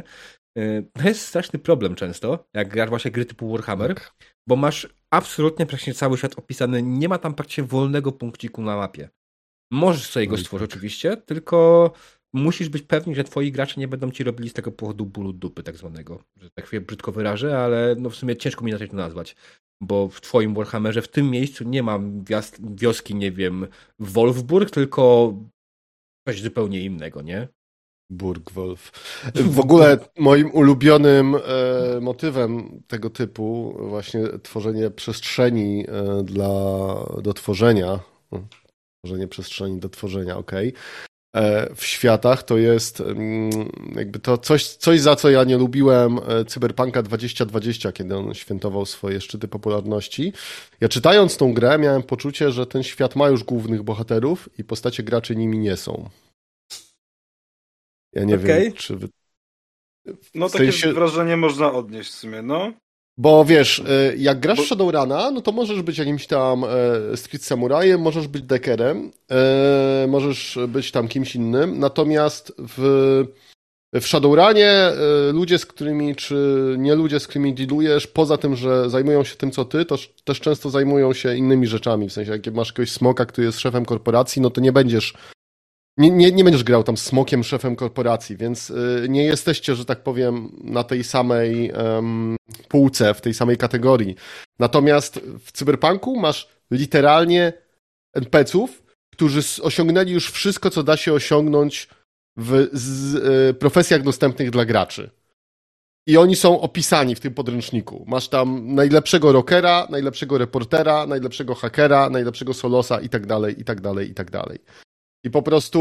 S1: To jest straszny problem często, jak grasz właśnie gry typu Warhammer,
S3: Tak.
S1: bo masz absolutnie praktycznie cały świat opisany, nie ma tam praktycznie wolnego punkciku na mapie. Możesz sobie go
S3: No i
S1: stworzyć
S3: tak.
S1: oczywiście, tylko musisz być pewny, że twoi gracze nie będą ci robili z tego powodu bólu dupy tak zwanego, że tak się brzydko wyrażę, ale no w sumie ciężko mi inaczej to nazwać, bo w twoim Warhammerze w tym miejscu nie ma wias- wioski, nie wiem, Wolfburg, tylko coś zupełnie innego, nie?
S3: Burgwolf. W ogóle moim ulubionym e, motywem tego typu właśnie tworzenie przestrzeni e, dla, do tworzenia, o, tworzenie przestrzeni do tworzenia, okej, e, w światach to jest mm, jakby to coś, coś, za co ja nie lubiłem e, Cyberpunka dwadzieścia dwadzieścia, kiedy on świętował swoje szczyty popularności. Ja czytając tą grę miałem poczucie, że ten świat ma już głównych bohaterów i postacie graczy nimi nie są. Ja nie
S1: Okej.
S3: wiem, czy wy...
S2: No
S3: w
S2: takie
S3: sensie-
S2: wrażenie można odnieść w sumie, no.
S3: Bo wiesz, y, jak grasz
S2: Bo-
S3: w Shadowruna, no to możesz być jakimś tam e, street samurajem, możesz być deckerem, e, możesz być tam kimś innym, natomiast w, w Shadowrunie e, ludzie, z którymi, czy nie ludzie, z którymi dealujesz, poza tym, że zajmują się tym, co ty, to sz- też często zajmują się innymi rzeczami, w sensie, jak masz jakiegoś smoka, który jest szefem korporacji, no to nie będziesz Nie, nie, nie będziesz grał tam smokiem, szefem korporacji, więc y, nie jesteście, że tak powiem, na tej samej em, półce, w tej samej kategorii. Natomiast w Cyberpunku masz literalnie en pe ce ów, którzy s- osiągnęli już wszystko, co da się osiągnąć w z, y, profesjach dostępnych dla graczy. I oni są opisani w tym podręczniku. Masz tam najlepszego rockera, najlepszego reportera, najlepszego hakera, najlepszego solosa i tak dalej, i tak dalej, i tak dalej. I po prostu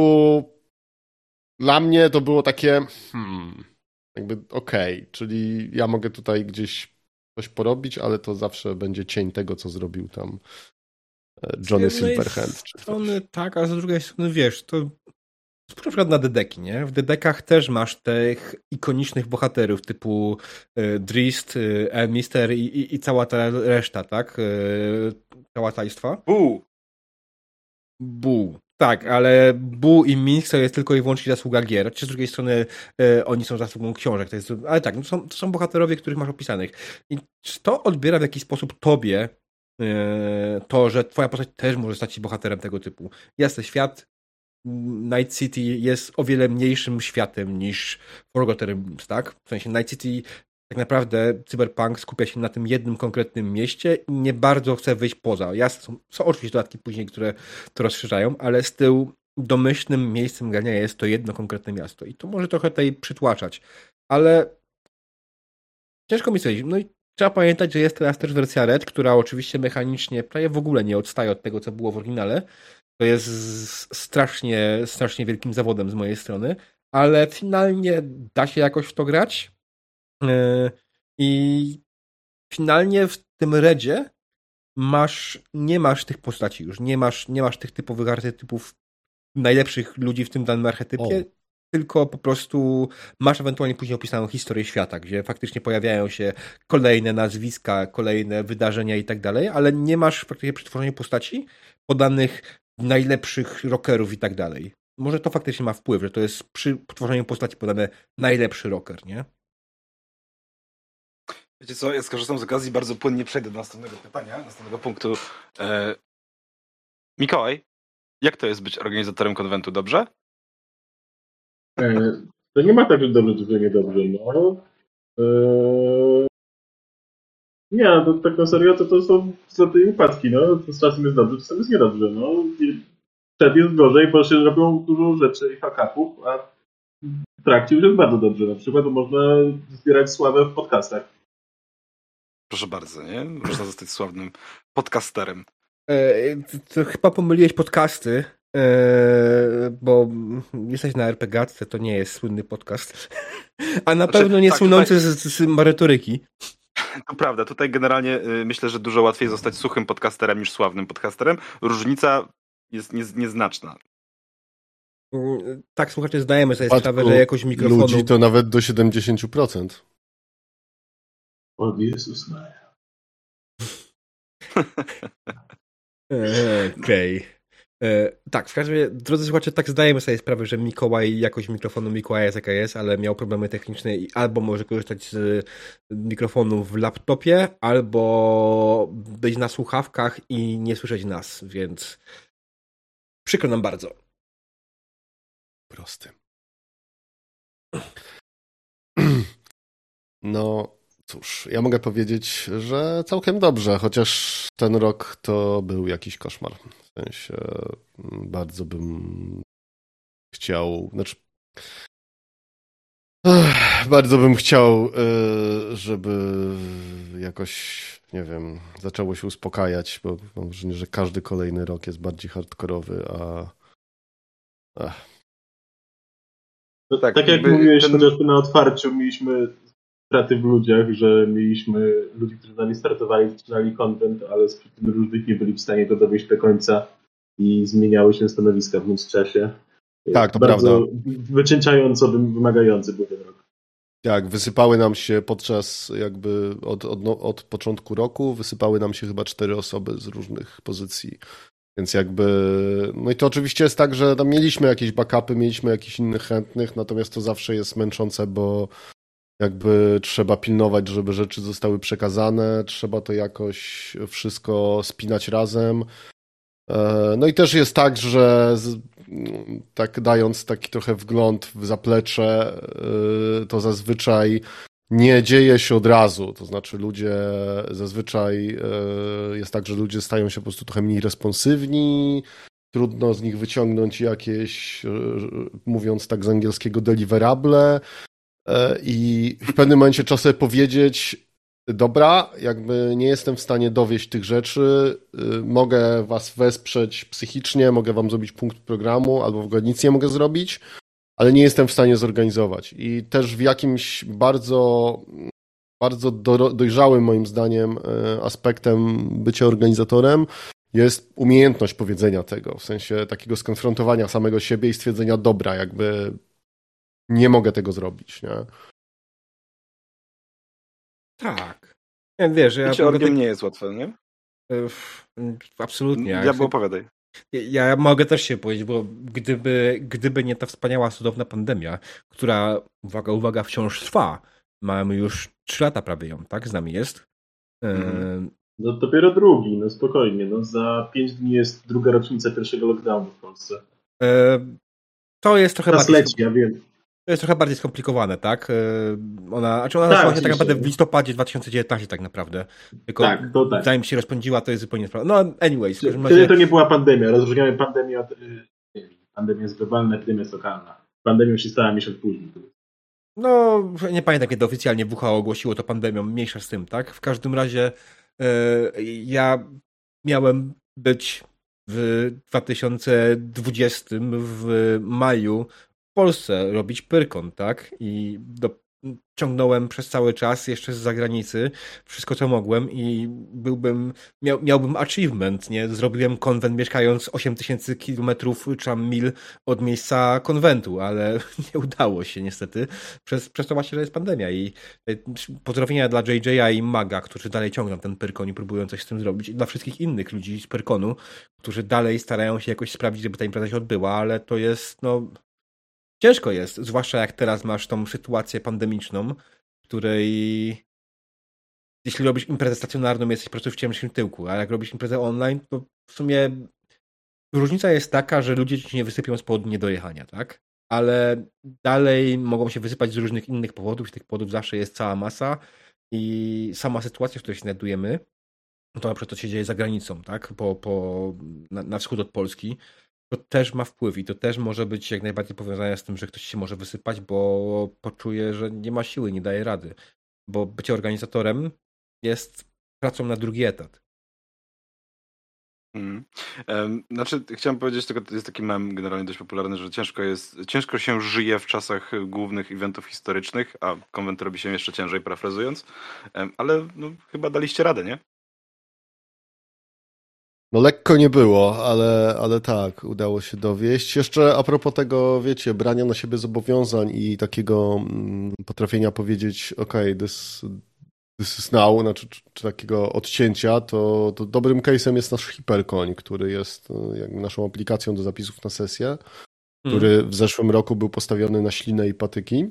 S3: dla mnie to było takie hmm, jakby okej, okay, czyli ja mogę tutaj gdzieś coś porobić, ale to zawsze będzie cień tego, co zrobił tam Johnny
S1: Z jednej
S3: Silverhand. Czy coś.
S1: strony tak, a z drugiej strony wiesz, to spójrz na przykład na dedeki, nie? W dedekach też masz tych ikonicznych bohaterów typu y, Drist, y, Elmister i, i, i cała ta reszta, tak? Y, cała tajstwa.
S2: Bu.
S1: Bu. Tak, ale Bu i Minsk to jest tylko i wyłącznie zasługa gier. Czy z drugiej strony y, oni są zasługą książek. To jest, ale tak, no są, to są bohaterowie, których masz opisanych. I to odbiera w jakiś sposób tobie y, to, że twoja postać też może stać się bohaterem tego typu. Jasny świat Night City jest o wiele mniejszym światem niż Forgotten Realms, tak? W sensie Night City tak naprawdę Cyberpunk skupia się na tym jednym konkretnym mieście i nie bardzo chce wyjść poza. Jasne, są, są oczywiście dodatki później, które to rozszerzają, ale z tyłu domyślnym miejscem grania jest to jedno konkretne miasto i to może trochę tutaj przytłaczać, ale ciężko mi stwierdzić. No i trzeba pamiętać, że jest teraz też wersja Red, która oczywiście mechanicznie prawie w ogóle nie odstaje od tego, co było w oryginale. To jest strasznie, strasznie wielkim zawodem z mojej strony, ale finalnie da się jakoś w to grać. I finalnie w tym Redzie masz, nie masz tych postaci już, nie masz, nie masz tych typowych archetypów najlepszych ludzi w tym danym archetypie, o. Tylko po prostu masz ewentualnie później opisaną historię świata, gdzie faktycznie pojawiają się kolejne nazwiska, kolejne wydarzenia i tak dalej, ale nie masz faktycznie przy tworzeniu postaci podanych najlepszych rockerów i tak dalej. Może to faktycznie ma wpływ, że to jest przy tworzeniu postaci podane najlepszy rocker, nie?
S2: Wiecie co, ja skorzystam z okazji, bardzo płynnie przejdę do następnego pytania, następnego punktu. E... Mikołaj, jak to jest być organizatorem konwentu, dobrze?
S4: E, to nie ma tak, że dobrze, że niedobrze, no. E... Nie, to tak na serio, to, to są za te upadki, no. To z czasem jest dobrze, czasem jest niedobrze, no. Przed jest gorzej, bo się robią dużo rzeczy i fuck-upów, a w trakcie już jest bardzo dobrze. Na przykład to można zbierać sławę w podcastach.
S2: Proszę bardzo, nie? Można zostać sławnym podcasterem.
S1: E, to, to chyba pomyliłeś podcasty, e, bo jesteś na er pe gatce, to nie jest słynny podcast. A na znaczy, pewno nie tak, słynący tutaj... z, z merytoryki.
S2: To prawda, tutaj generalnie y, myślę, że dużo łatwiej zostać suchym podcasterem niż sławnym podcasterem. Różnica jest nie, nieznaczna.
S1: Tak, słuchacze, zdajemy sobie sprawę, że jakoś mikrofonu...
S3: Ludzi to nawet do siedemdziesiąt procent.
S4: O Jezus Maria.
S1: Okej. Okay. E, tak, w każdym razie, drodzy słuchacze, tak zdajemy sobie sprawę, że Mikołaj, jakość mikrofonu Mikołaja jest jaka jest, ale miał problemy techniczne i albo może korzystać z mikrofonu w laptopie, albo być na słuchawkach i nie słyszeć nas, więc przykro nam bardzo.
S3: Prosty. No cóż, ja mogę powiedzieć, że całkiem dobrze, chociaż ten rok to był jakiś koszmar. W sensie bardzo bym chciał, znaczy ech, bardzo bym chciał, żeby jakoś, nie wiem, zaczęło się uspokajać, bo mam wrażenie, że każdy kolejny rok jest bardziej hardkorowy, a ech.
S4: No, tak, tak jak mówiłeś, ten... chociażby na otwarciu mieliśmy straty w ludziach, że mieliśmy ludzi, którzy z nami startowali, zaczynali content, ale z przyczyn różnych nie byli w stanie go dowieść do końca i zmieniały się stanowiska w międzyczasie.
S3: Tak, to
S4: bardzo
S3: prawda.
S4: Wycieńczająco wymagający był ten rok.
S3: Tak, wysypały nam się podczas jakby od, od, od początku roku, wysypały nam się chyba cztery osoby z różnych pozycji. Więc jakby, no i to oczywiście jest tak, że tam mieliśmy jakieś backupy, mieliśmy jakichś innych chętnych, natomiast to zawsze jest męczące, bo jakby trzeba pilnować, żeby rzeczy zostały przekazane, trzeba to jakoś wszystko spinać razem. No i też jest tak, że tak dając taki trochę wgląd w zaplecze, to zazwyczaj nie dzieje się od razu, to znaczy ludzie zazwyczaj jest tak, że ludzie stają się po prostu trochę mniej responsywni, trudno z nich wyciągnąć jakieś, mówiąc tak z angielskiego, deliverable i w pewnym momencie trzeba sobie powiedzieć, dobra, jakby nie jestem w stanie dowieść tych rzeczy, mogę was wesprzeć psychicznie, mogę wam zrobić punkt programu, albo w ogóle nic nie mogę zrobić, ale nie jestem w stanie zorganizować. I też w jakimś bardzo, bardzo do, dojrzałym moim zdaniem aspektem bycia organizatorem jest umiejętność powiedzenia tego, w sensie takiego skonfrontowania samego siebie i stwierdzenia, dobra, jakby nie mogę tego zrobić, nie?
S1: Tak. Ja wiesz, ja
S2: Bycie orgiem tak... nie jest łatwe, nie?
S1: Absolutnie.
S2: Ja bo opowiadaj.
S1: Ja, ja mogę też się powiedzieć, bo gdyby, gdyby nie ta wspaniała, cudowna pandemia, która, uwaga, uwaga, wciąż trwa, mamy już trzy lata prawie ją, tak? Z nami jest.
S4: Mhm. No dopiero drugi, no spokojnie. No za pięć dni jest druga rocznica pierwszego lockdownu w Polsce.
S1: To jest trochę
S4: bardziej... leci, ja wiem.
S1: To jest trochę bardziej skomplikowane, tak? Ona, znaczy ona tak, zaczęła się tak naprawdę w listopadzie dwa tysiące dziewiętnastym tak naprawdę. Tylko
S4: tak, to tak.
S1: zanim się rozpędziła, to jest zupełnie sprawa. No anyways. W
S4: każdym razie... Wtedy to nie była pandemia. Rozróżniamy pandemię od... Pandemia jest globalna, epidemia jest lokalna. Pandemia się stała miesiąc później.
S1: No, nie pamiętam, kiedy oficjalnie W H O ogłosiło to pandemią. Mniejsza z tym, tak? W każdym razie yy, ja miałem być w dwa tysiące dwudziestym w maju w Polsce robić Pyrkon, tak? I do, ciągnąłem przez cały czas jeszcze z zagranicy wszystko, co mogłem i byłbym, miał, miałbym achievement, nie? Zrobiłem konwent mieszkając osiem tysięcy kilometrów czy tam mil od miejsca konwentu, ale nie udało się niestety, przez, przez to właśnie, że jest pandemia i pozdrowienia dla J J i Maga, którzy dalej ciągną ten Pyrkon i próbują coś z tym zrobić i dla wszystkich innych ludzi z Pyrkonu, którzy dalej starają się jakoś sprawić, żeby ta impreza się odbyła, ale to jest, no ciężko jest, zwłaszcza jak teraz masz tą sytuację pandemiczną, w której jeśli robisz imprezę stacjonarną, jesteś po prostu w ciężkim tyłku, a jak robisz imprezę online, to w sumie różnica jest taka, że ludzie ci nie wysypią z powodu niedojechania, tak? Ale dalej mogą się wysypać z różnych innych powodów i tych powodów zawsze jest cała masa i sama sytuacja, w której się znajdujemy, to na przykład to się dzieje za granicą, tak? Po, po, na, na wschód od Polski, to też ma wpływ i to też może być jak najbardziej powiązane z tym, że ktoś się może wysypać, bo poczuje, że nie ma siły, nie daje rady. Bo bycie organizatorem jest pracą na drugi etat.
S2: Hmm. Um, znaczy, chciałem powiedzieć, tylko to jest taki mem generalnie dość popularny, że ciężko jest, ciężko się żyje w czasach głównych eventów historycznych, a konwent robi się jeszcze ciężej, parafrazując, um, ale no, chyba daliście radę, nie?
S3: No lekko nie było, ale, ale tak, udało się dowieść. Jeszcze a propos tego, wiecie, brania na siebie zobowiązań i takiego mm, potrafienia powiedzieć, ok, this, This is now, znaczy, czy, czy takiego odcięcia, to, to dobrym case'em jest nasz Hiperkoń, który jest jakby naszą aplikacją do zapisów na sesję, hmm. który w zeszłym roku był postawiony na ślinę i patyki,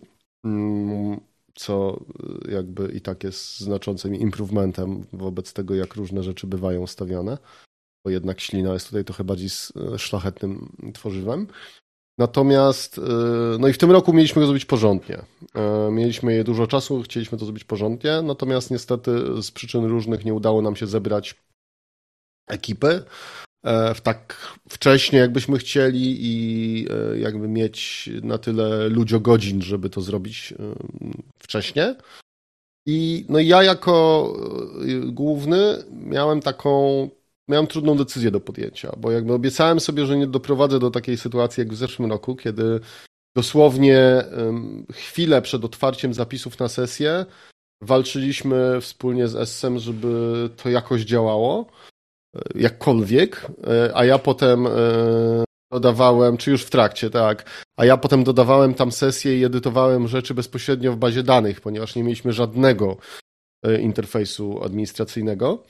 S3: co jakby i tak jest znaczącym improvementem wobec tego, jak różne rzeczy bywają stawiane, bo jednak ślina jest tutaj trochę bardziej szlachetnym tworzywem. Natomiast, no i w tym roku mieliśmy go zrobić porządnie. Mieliśmy je dużo czasu, chcieliśmy to zrobić porządnie, natomiast niestety z przyczyn różnych nie udało nam się zebrać ekipy w tak wcześnie, jakbyśmy chcieli i jakby mieć na tyle ludziogodzin, żeby to zrobić wcześnie. I no ja jako główny miałem taką Miałem trudną decyzję do podjęcia, bo jakby obiecałem sobie, że nie doprowadzę do takiej sytuacji jak w zeszłym roku, kiedy dosłownie chwilę przed otwarciem zapisów na sesję walczyliśmy wspólnie z Essem, żeby to jakoś działało, jakkolwiek, a ja potem dodawałem, czy już w trakcie, tak, a ja potem dodawałem tam sesję i edytowałem rzeczy bezpośrednio w bazie danych, ponieważ nie mieliśmy żadnego interfejsu administracyjnego.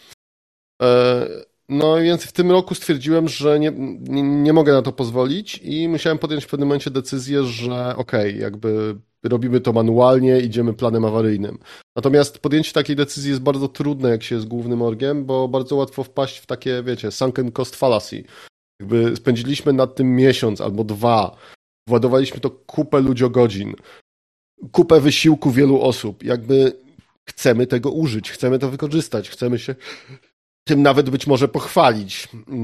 S3: No więc w tym roku stwierdziłem, że nie, nie, nie mogę na to pozwolić i musiałem podjąć w pewnym momencie decyzję, że okej, okay, jakby robimy to manualnie, idziemy planem awaryjnym. Natomiast podjęcie takiej decyzji jest bardzo trudne, jak się jest głównym orgiem, bo bardzo łatwo wpaść w takie, wiecie, sunken cost fallacy. Jakby spędziliśmy nad tym miesiąc albo dwa, władowaliśmy to kupę ludziogodzin, kupę wysiłku wielu osób. Jakby chcemy tego użyć, chcemy to wykorzystać, chcemy się tym nawet być może pochwalić.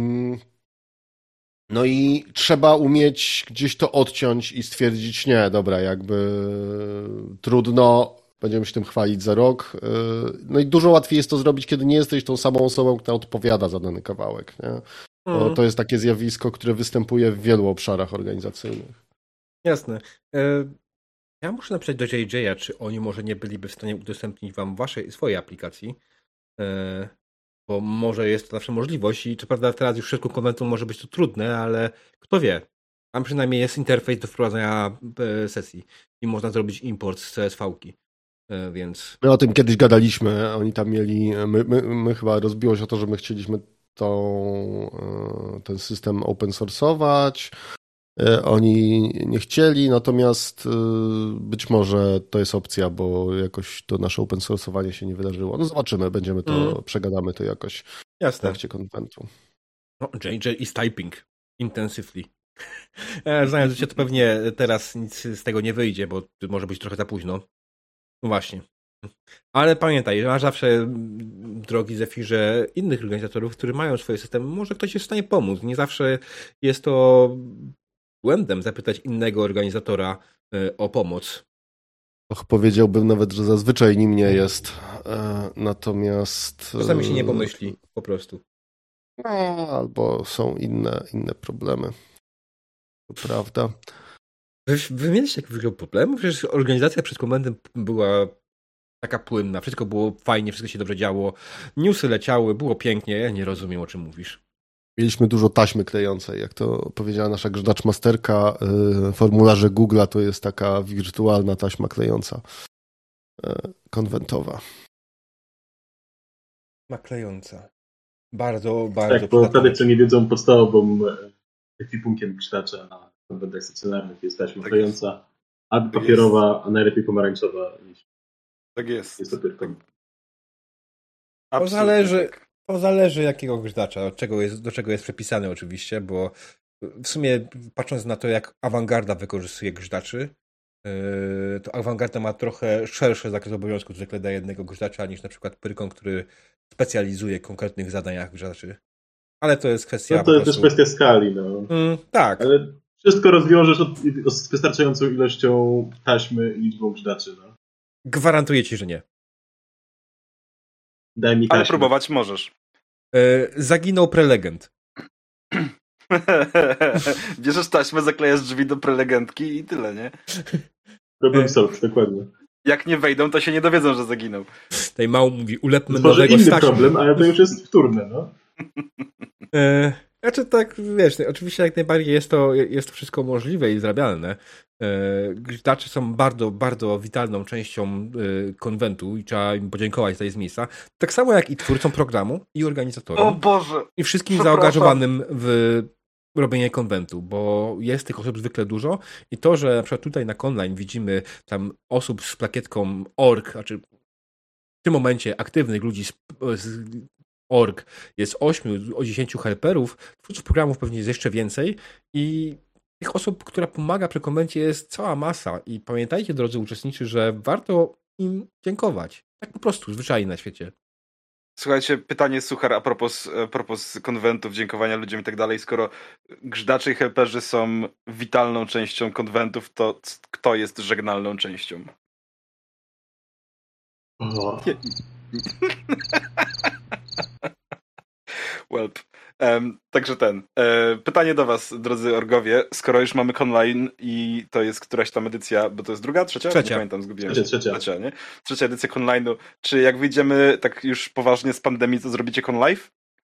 S3: No i trzeba umieć gdzieś to odciąć i stwierdzić, nie, dobra, jakby trudno, będziemy się tym chwalić za rok. No i dużo łatwiej jest to zrobić, kiedy nie jesteś tą samą osobą, która odpowiada za dany kawałek. Nie? Bo to jest takie zjawisko, które występuje w wielu obszarach organizacyjnych.
S1: Jasne. Ja muszę napisać do J J a, czy oni może nie byliby w stanie udostępnić wam waszej, swojej aplikacji. Bo może jest to zawsze możliwość i co prawda teraz już wszystko konwencją może być to trudne, ale kto wie. Tam przynajmniej jest interfejs do wprowadzenia sesji i można zrobić import z C S V-ki, więc...
S3: My o tym kiedyś gadaliśmy, oni tam mieli, my, my, my chyba rozbiło się o to, że my chcieliśmy tą, ten system open source'ować, oni nie chcieli, natomiast być może to jest opcja, bo jakoś to nasze open source'owanie się nie wydarzyło. No zobaczymy, będziemy to, mm. przegadamy to jakoś
S1: Jasne.
S3: w trakcie konwentu.
S1: No, J J is typing intensively. Znając życie, to pewnie teraz nic z tego nie wyjdzie, bo może być trochę za późno. No właśnie. Ale pamiętaj, masz zawsze, drogi Zefirze, innych organizatorów, którzy mają swoje systemy. Może ktoś jest w stanie pomóc. Nie zawsze jest to błędem zapytać innego organizatora o pomoc.
S3: Och, powiedziałbym nawet, że zazwyczaj nim nie jest. Natomiast...
S1: Czasami się nie pomyśli, po prostu.
S3: No, albo są inne, inne problemy. To prawda.
S1: Wy, wy mieliście jakieś problemy? Przecież organizacja przed konwentem była taka płynna. Wszystko było fajnie, wszystko się dobrze działo. Newsy leciały, było pięknie. Ja nie rozumiem, o czym mówisz.
S3: Mieliśmy dużo taśmy klejącej. Jak to powiedziała nasza grzacz-masterka, formularze Google'a to jest taka wirtualna taśma klejąca konwentowa.
S1: Ma klejąca. Bardzo, bardzo.
S4: Tak, bo wtedy, co nie wiedzą, podstawowym ekwipunkiem grzacza na konwentach stacjonarnych jest taśma tak klejąca, jest. A papierowa, jest. A najlepiej pomarańczowa.
S2: Tak jest.
S4: Jest papierką.
S1: To zależy, to zależy jakiego grzacza, od czego jest, do czego jest przepisany oczywiście, bo w sumie patrząc na to, jak awangarda wykorzystuje grzaczy, to awangarda ma trochę szerszy zakres obowiązków zwykle dla jednego grzacza niż na przykład Pyrkon, który specjalizuje w konkretnych zadaniach grzaczy. Ale to jest kwestia...
S4: No to jest też kwestia skali, no.
S1: Mm, tak.
S4: Ale wszystko rozwiążesz od, z wystarczającą ilością taśmy i liczbą grzaczy, no.
S1: Gwarantuję ci, że nie.
S4: Daj mi taśmę.
S2: Ale próbować możesz.
S1: Yy, zaginął prelegent.
S2: Bierzesz taśmę, zaklejasz drzwi do prelegentki i tyle, nie?
S4: Problem solved, dokładnie.
S2: Jak nie wejdą, to się nie dowiedzą, że zaginął.
S1: Tutaj Mał mówi, ulepmy
S4: to
S1: nowego
S4: inny
S1: staśma.
S4: problem, ale to już jest wtórne, no.
S1: Yy, Znaczy tak, wiesz, oczywiście jak najbardziej jest to, jest to wszystko możliwe i zrabialne. Grzdacze są bardzo, bardzo witalną częścią konwentu i trzeba im podziękować za z miejsca. Tak samo jak i twórcom programu i organizatorom.
S2: O Boże!
S1: I wszystkim zaangażowanym w robienie konwentu, bo jest tych osób zwykle dużo i to, że na przykład tutaj na Conline widzimy tam osób z plakietką org, znaczy w tym momencie aktywnych ludzi z, z org jest ośmiu, o dziesięciu helperów, twórców programów pewnie jest jeszcze więcej i tych osób, która pomaga przy konwencie jest cała masa i pamiętajcie, drodzy uczestnicy, że warto im dziękować. Tak po prostu, zwyczajnie na świecie.
S2: Słuchajcie, pytanie suchar a propos, a propos konwentów, dziękowania ludziom i tak dalej. Skoro grzdacze i helperzy są witalną częścią konwentów, to kto jest żegnalną częścią?
S4: O.
S2: Welp. Um, także ten. E, pytanie do was, drodzy orgowie. Skoro już mamy Conline i to jest któraś tam edycja, bo to jest druga, trzecia?
S1: Trzecia.
S2: Nie pamiętam, zgubiłem
S4: Trzecia,
S2: się.
S4: trzecia.
S2: Trzecia, nie? Trzecia edycja Conline'u. Czy jak wyjdziemy tak już poważnie z pandemii, to zrobicie Conlive?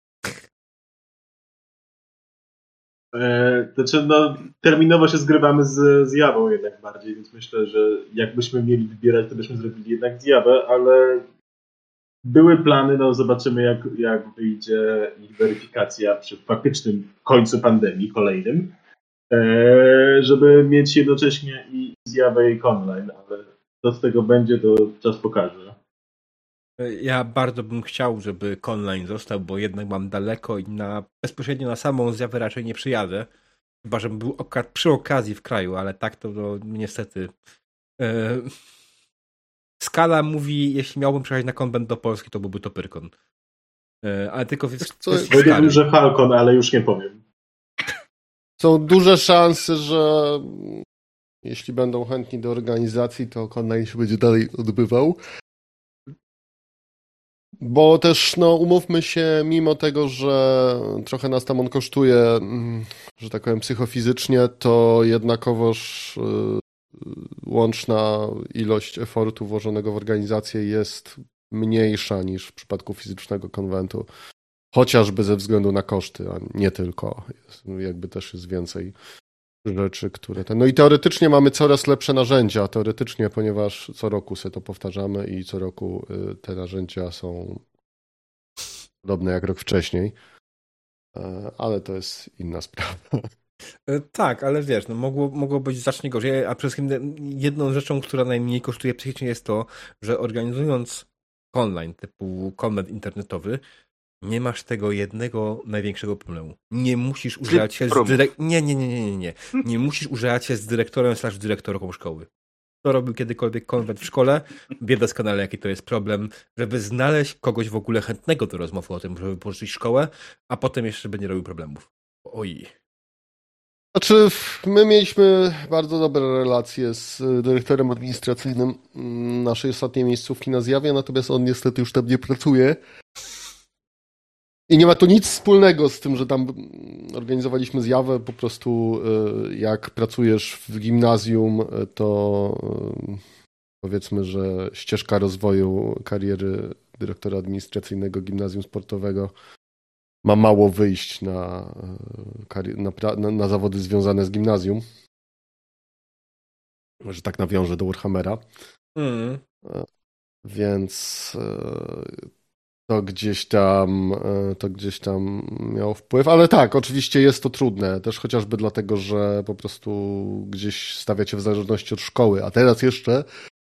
S4: E, znaczy, no, terminowo się zgrywamy z, z Jawą jednak bardziej, więc myślę, że jakbyśmy mieli wybierać, to byśmy zrobili jednak z Jawę, ale były plany, no zobaczymy jak, jak wyjdzie ich weryfikacja przy faktycznym końcu pandemii kolejnym, e, żeby mieć jednocześnie i Jawę i Conline, ale co z tego będzie, to czas pokaże.
S1: Ja bardzo bym chciał, żeby Conline został, bo jednak mam daleko i na, bezpośrednio na samą zjawę raczej nie przyjadę. Chyba, żebym był oka- przy okazji w kraju, ale tak to no, niestety. E, skala mówi, jeśli miałbym przyjechać na konwent do Polski, to byłby to Pyrkon. E, ale tylko w
S3: Co-
S4: Powiedziałbym, że Falcon, ale już nie powiem.
S3: Są duże szanse, że jeśli będą chętni do organizacji, to Conline się będzie dalej odbywał. Bo też, no, umówmy się, mimo tego, że trochę nas tam on kosztuje, mm, że tak powiem, psychofizycznie, to jednakowoż y, łączna ilość efortu włożonego w organizację jest mniejsza niż w przypadku fizycznego konwentu. Chociażby ze względu na koszty, a nie tylko. Jest, jakby też jest więcej rzeczy, które... Ten... No i teoretycznie mamy coraz lepsze narzędzia, teoretycznie, ponieważ co roku sobie to powtarzamy i co roku y, te narzędzia są podobne jak rok wcześniej, e, ale to jest inna sprawa.
S1: E, Tak, ale wiesz, no mogło, mogło być znacznie gorzej, a przede wszystkim jedną rzeczą, która najmniej kosztuje psychicznie jest to, że organizując online typu konwent internetowy, nie masz tego jednego największego problemu. Nie musisz używać się z dyrek- nie, nie, nie, nie, nie, nie. Nie musisz używać się z dyrektorem slash dyrektorką szkoły. Kto robił kiedykolwiek konwent w szkole, wie doskonale, jaki to jest problem, żeby znaleźć kogoś w ogóle chętnego do rozmowy o tym, żeby pożyczyć szkołę, a potem jeszcze by nie robił problemów. Oj.
S3: Znaczy, my mieliśmy bardzo dobre relacje z dyrektorem administracyjnym naszej ostatniej miejscówki na zjawie, natomiast on niestety już tam nie pracuje. I nie ma to nic wspólnego z tym, że tam organizowaliśmy zjawę. Po prostu jak pracujesz w gimnazjum, to powiedzmy, że ścieżka rozwoju kariery dyrektora administracyjnego gimnazjum sportowego ma mało wyjść na, na, na, na zawody związane z gimnazjum. Że tak nawiążę do Warhammera. Mm. Więc to gdzieś tam to gdzieś tam miało wpływ. Ale tak, oczywiście jest to trudne. Też chociażby dlatego, że po prostu gdzieś stawiacie w zależności od szkoły. A teraz jeszcze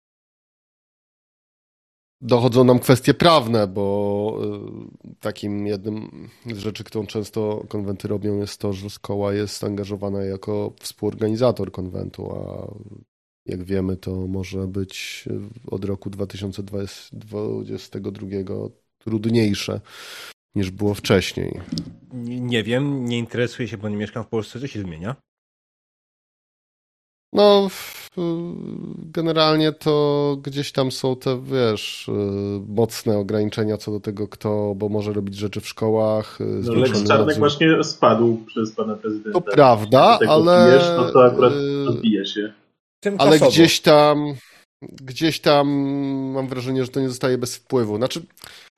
S3: dochodzą nam kwestie prawne, bo takim jednym z rzeczy, którą często konwenty robią, jest to, że szkoła jest angażowana jako współorganizator konwentu, a jak wiemy, to może być od roku dwa tysiące dwudziestego drugiego trudniejsze niż było wcześniej.
S1: Nie, nie wiem, nie interesuję się, bo nie mieszkam w Polsce. Co się zmienia?
S3: No, generalnie to gdzieś tam są te, wiesz, mocne ograniczenia co do tego, kto, bo może robić rzeczy w szkołach.
S4: No, Lex Czarnek właśnie spadł przez pana prezydenta.
S3: To prawda, ale...
S4: Pijesz, no to akurat odbije się.
S3: Ale gdzieś tam, gdzieś tam mam wrażenie, że to nie zostaje bez wpływu. Znaczy,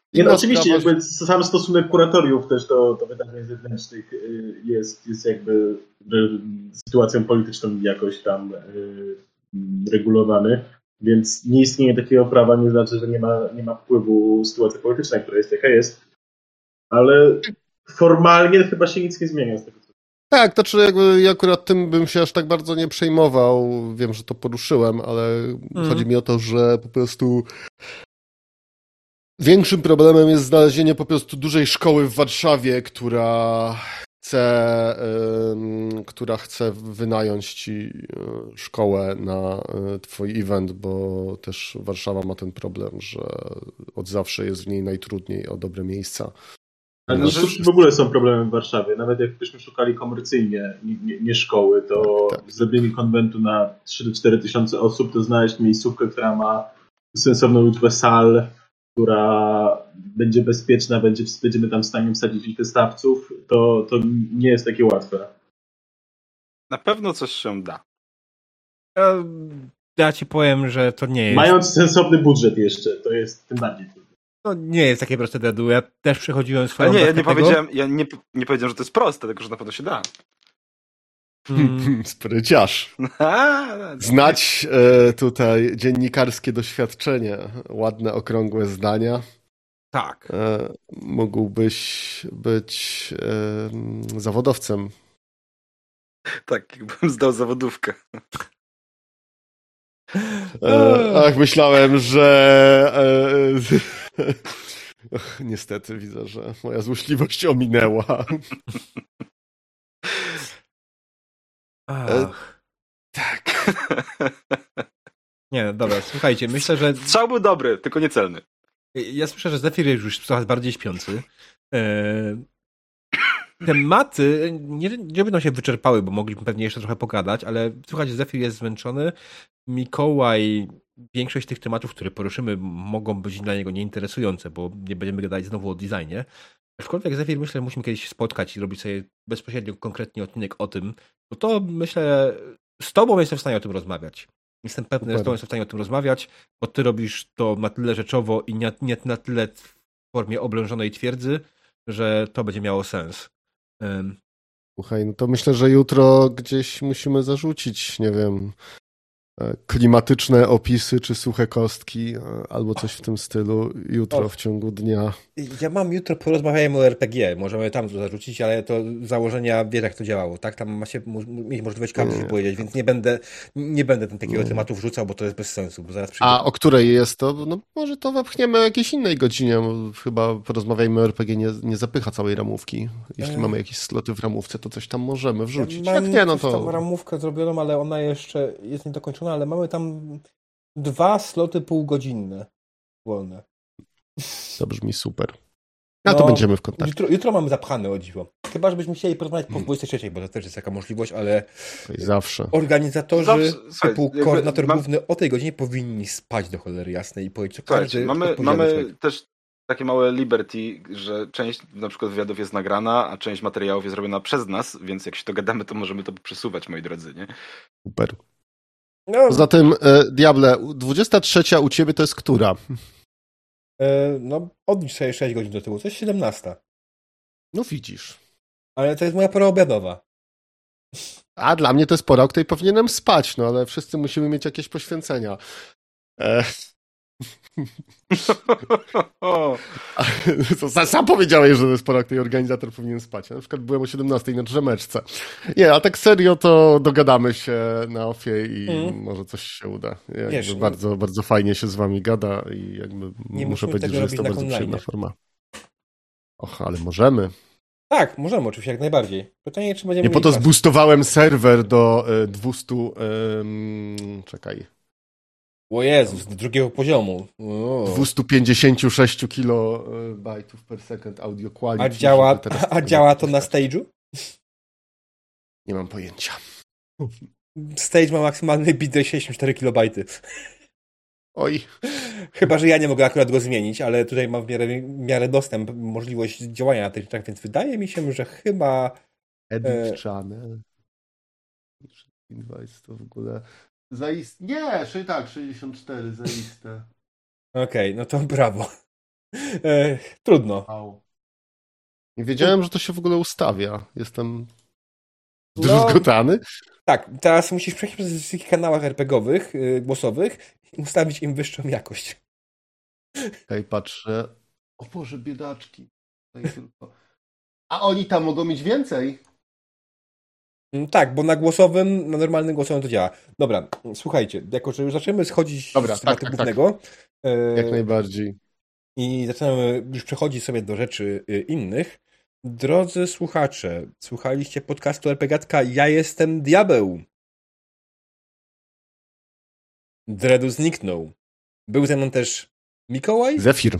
S4: Nie, no
S3: Inna
S4: oczywiście,
S3: sprawa,
S4: jakby sam stosunek kuratoriów też do, do wydarzeń zewnętrznych y, jest, jest jakby y, sytuacją polityczną jakoś tam y, regulowany, więc nie istnienie takiego prawa nie znaczy, że nie ma, nie ma wpływu sytuacja polityczna, która jest jaka jest, ale formalnie chyba się nic nie zmienia z tego.
S3: Tak, to znaczy jakby ja akurat tym bym się aż tak bardzo nie przejmował. Wiem, że to poruszyłem, ale
S1: Mhm.
S3: chodzi mi o to, że po prostu większym problemem jest znalezienie po prostu dużej szkoły w Warszawie, która chce, ym, która chce wynająć ci y, szkołę na y, twój event, bo też Warszawa ma ten problem, że od zawsze jest w niej najtrudniej o dobre miejsca.
S4: Ale
S2: No,
S4: no,
S2: że-
S4: w ogóle są problemy w Warszawie. Nawet jakbyśmy szukali komercyjnie, nie, nie szkoły, to
S3: Tak, tak.
S4: zrobienie konwentu na trzy do czterech tysiące osób, to znaleźć miejscówkę, która ma sensowną liczbę sal, która będzie bezpieczna, będzie, będziemy tam w stanie wsadzić ich wystawców, to, to nie jest takie łatwe.
S2: Na pewno coś się da.
S1: Ja, ja ci powiem, że to nie jest.
S4: Mając sensowny budżet jeszcze, to jest tym bardziej trudne.
S1: To nie jest takie proste, Dedu. Ja też przechodziłem swoją
S2: Ale nie, ja
S1: drogę
S2: nie
S1: tego.
S2: powiedziałem, ja nie, nie powiedziałem, że to jest proste, tylko że na pewno się da.
S1: Mm,
S3: Spryciarz. Znać e, tutaj dziennikarskie doświadczenie, ładne, okrągłe zdania.
S1: tak.
S3: E, mógłbyś być e, zawodowcem.
S2: Tak, jakbym zdał zawodówkę.
S3: E, ach, myślałem, że... E, och, niestety widzę, że moja złośliwość ominęła.
S1: Ach.
S3: Tak.
S1: Nie, no dobra, słuchajcie, myślę, że
S2: Strzał był dobry, tylko niecelny.
S1: ja słyszę, że Zephyr jest już coraz bardziej śpiący. E, Tematy nie, nie będą się wyczerpały, bo mogliśmy pewnie jeszcze trochę pogadać, ale słuchajcie, Zephyr jest zmęczony. Mikołaj, większość tych tematów, które poruszymy, mogą być dla niego nieinteresujące, bo nie będziemy gadać znowu o designie. Aczkolwiek Zephyr, myślę, że musimy kiedyś się spotkać i robić sobie bezpośrednio konkretnie odcinek o tym, bo to myślę, z tobą jestem w stanie o tym rozmawiać. Jestem pewny, że z tobą jestem w stanie o tym rozmawiać, bo ty robisz to na tyle rzeczowo i nie, nie na tyle w formie oblężonej twierdzy, że to będzie miało sens. Um,
S3: Słuchaj, no to myślę, że jutro gdzieś musimy zarzucić, nie wiem, klimatyczne opisy czy suche kostki, albo coś w tym stylu jutro
S1: Och.
S3: w ciągu dnia.
S1: Ja mam jutro, porozmawiajmy o R P G. Możemy tam to zarzucić, ale to założenia, wiesz jak to działało, tak? Tam ma się mieć możliwość każdy
S3: Nie.
S1: powiedzieć, więc nie będę, nie będę tam takiego
S3: Nie.
S1: tematu wrzucał, bo to jest bez sensu, bo zaraz przyjdę.
S3: A o której jest to? No może to wepchniemy o jakiejś innej godzinie. Bo chyba porozmawiajmy o R P G nie, nie zapycha całej ramówki. Jeśli
S1: Ech.
S3: mamy jakieś sloty w ramówce, to coś tam możemy wrzucić.
S1: Ja
S3: Jak
S1: mam
S3: nie, no
S1: coś tam
S3: to...
S1: ramówkę zrobioną, ale ona jeszcze jest niedokończona, ale mamy tam dwa sloty półgodzinne wolne.
S3: To brzmi super. A to
S1: No,
S3: będziemy w kontakcie.
S1: Jutro, jutro mamy zapchane, o dziwo. Chyba, żebyśmy chcieli porozmawiać po dwudziestej trzeciej, bo to też jest taka możliwość, ale
S3: Zawsze.
S1: organizatorzy
S2: Zawsze, słuchaj,
S1: typu
S2: jakby
S1: koordynator
S2: mam-
S1: główny o tej godzinie powinni spać do cholery jasnej i powiedzieć, co
S2: Słuchajcie,
S1: każdy
S2: mamy,
S1: odpowiedzialny
S2: mamy
S1: człowiek.
S2: też takie małe liberty, że część na przykład wywiadów jest nagrana, a część materiałów jest robiona przez nas, więc jak się dogadamy, to możemy to przesuwać, moi drodzy, nie?
S3: Super.
S1: No,
S3: Poza tym, e, Diable, dwudziesta trzecia u ciebie to jest która?
S1: e, no odlicz sobie sześć godzin do tyłu, to jest siedemnasta.
S3: No widzisz.
S1: Ale to jest moja pora obiadowa.
S3: A dla mnie to jest pora, o której powinienem spać, no ale wszyscy musimy mieć jakieś poświęcenia. E,
S2: O,
S3: to sam powiedziałeś, że to jest pora, o której organizator powinien spać. Ja na przykład byłem o siedemnastej na drzemeczce. Nie, a tak serio to dogadamy się na ofie i
S1: Mm.
S3: może coś się uda. Jakby
S1: Wiesz, no-
S3: bardzo, bardzo fajnie się z wami gada i jakby
S1: Nie
S3: muszę
S1: musimy
S3: powiedzieć,
S1: tego
S3: że jest to
S1: robić na
S3: bardzo
S1: online.
S3: przyjemna forma. Och, ale możemy.
S1: Tak, możemy oczywiście, jak najbardziej. Pytanie, czy będziemy
S3: Nie po
S1: mieli
S3: to
S1: czas.
S3: zboostowałem serwer do y, dwieście... Ym, czekaj.
S1: O Jezus, do drugiego poziomu. O.
S3: dwieście pięćdziesiąt sześć kilobajtów per second audio quality.
S1: A działa,
S3: żeby teraz
S1: a
S3: tego
S1: działa to na
S3: puszczać.
S1: stage'u?
S3: Nie mam pojęcia.
S1: Stage ma maksymalny bitrate sześćdziesiąt cztery kilobajty.
S3: Oj.
S1: Chyba, że ja nie mogę akurat go zmienić, ale tutaj mam w miarę, w miarę dostęp, możliwość działania na tych rzeczach, więc wydaje mi się, że chyba...
S3: Edit
S1: E...
S3: channel. Device to w ogóle... Zaist... Nie, czyli tak, sześćdziesiąt cztery, zaiste.
S1: Okej, okay, no to brawo. E, trudno.
S3: Nie wiedziałem, że to się w ogóle ustawia. Jestem
S1: No.
S3: zdruzgotany.
S1: Tak, teraz musisz przejść przez wszystkich kanałach er pe gie owych, yy, głosowych i ustawić im wyższą jakość.
S3: Okej, patrzę. O Boże, biedaczki. Tutaj tylko... A oni tam mogą mieć więcej?
S1: Mm, Tak, bo na głosowym, na normalnym głosowym to działa. Dobra, słuchajcie, jako że już zaczniemy schodzić
S3: Dobra,
S1: z
S3: tak,
S1: tematu
S3: tak,
S1: głównego yy,
S3: Jak najbardziej.
S1: i zaczynamy już przechodzić sobie do rzeczy yy, innych. Drodzy słuchacze, słuchaliście podcastu RPGatka Ja jestem Diabeł. Dredu zniknął. Był ze mną też Mikołaj?
S3: Zefir.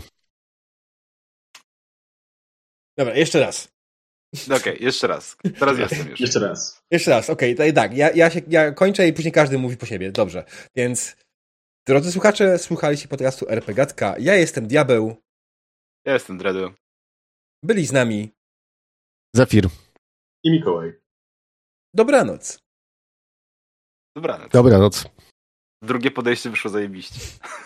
S1: Dobra, jeszcze raz.
S2: Okej, okay, jeszcze raz. Teraz jestem już.
S4: Jeszcze raz.
S1: Jeszcze raz, okej, okay, tak, ja, ja, się, ja kończę i później każdy mówi po siebie, dobrze. Więc, drodzy słuchacze, słuchaliście podcastu RPGatka. Ja jestem Diabeł.
S2: Ja jestem Dredu.
S1: Byli z nami.
S3: Zefir.
S4: I Mikołaj.
S1: Dobranoc.
S2: Dobranoc.
S3: Dobranoc.
S2: Drugie podejście wyszło zajebiście.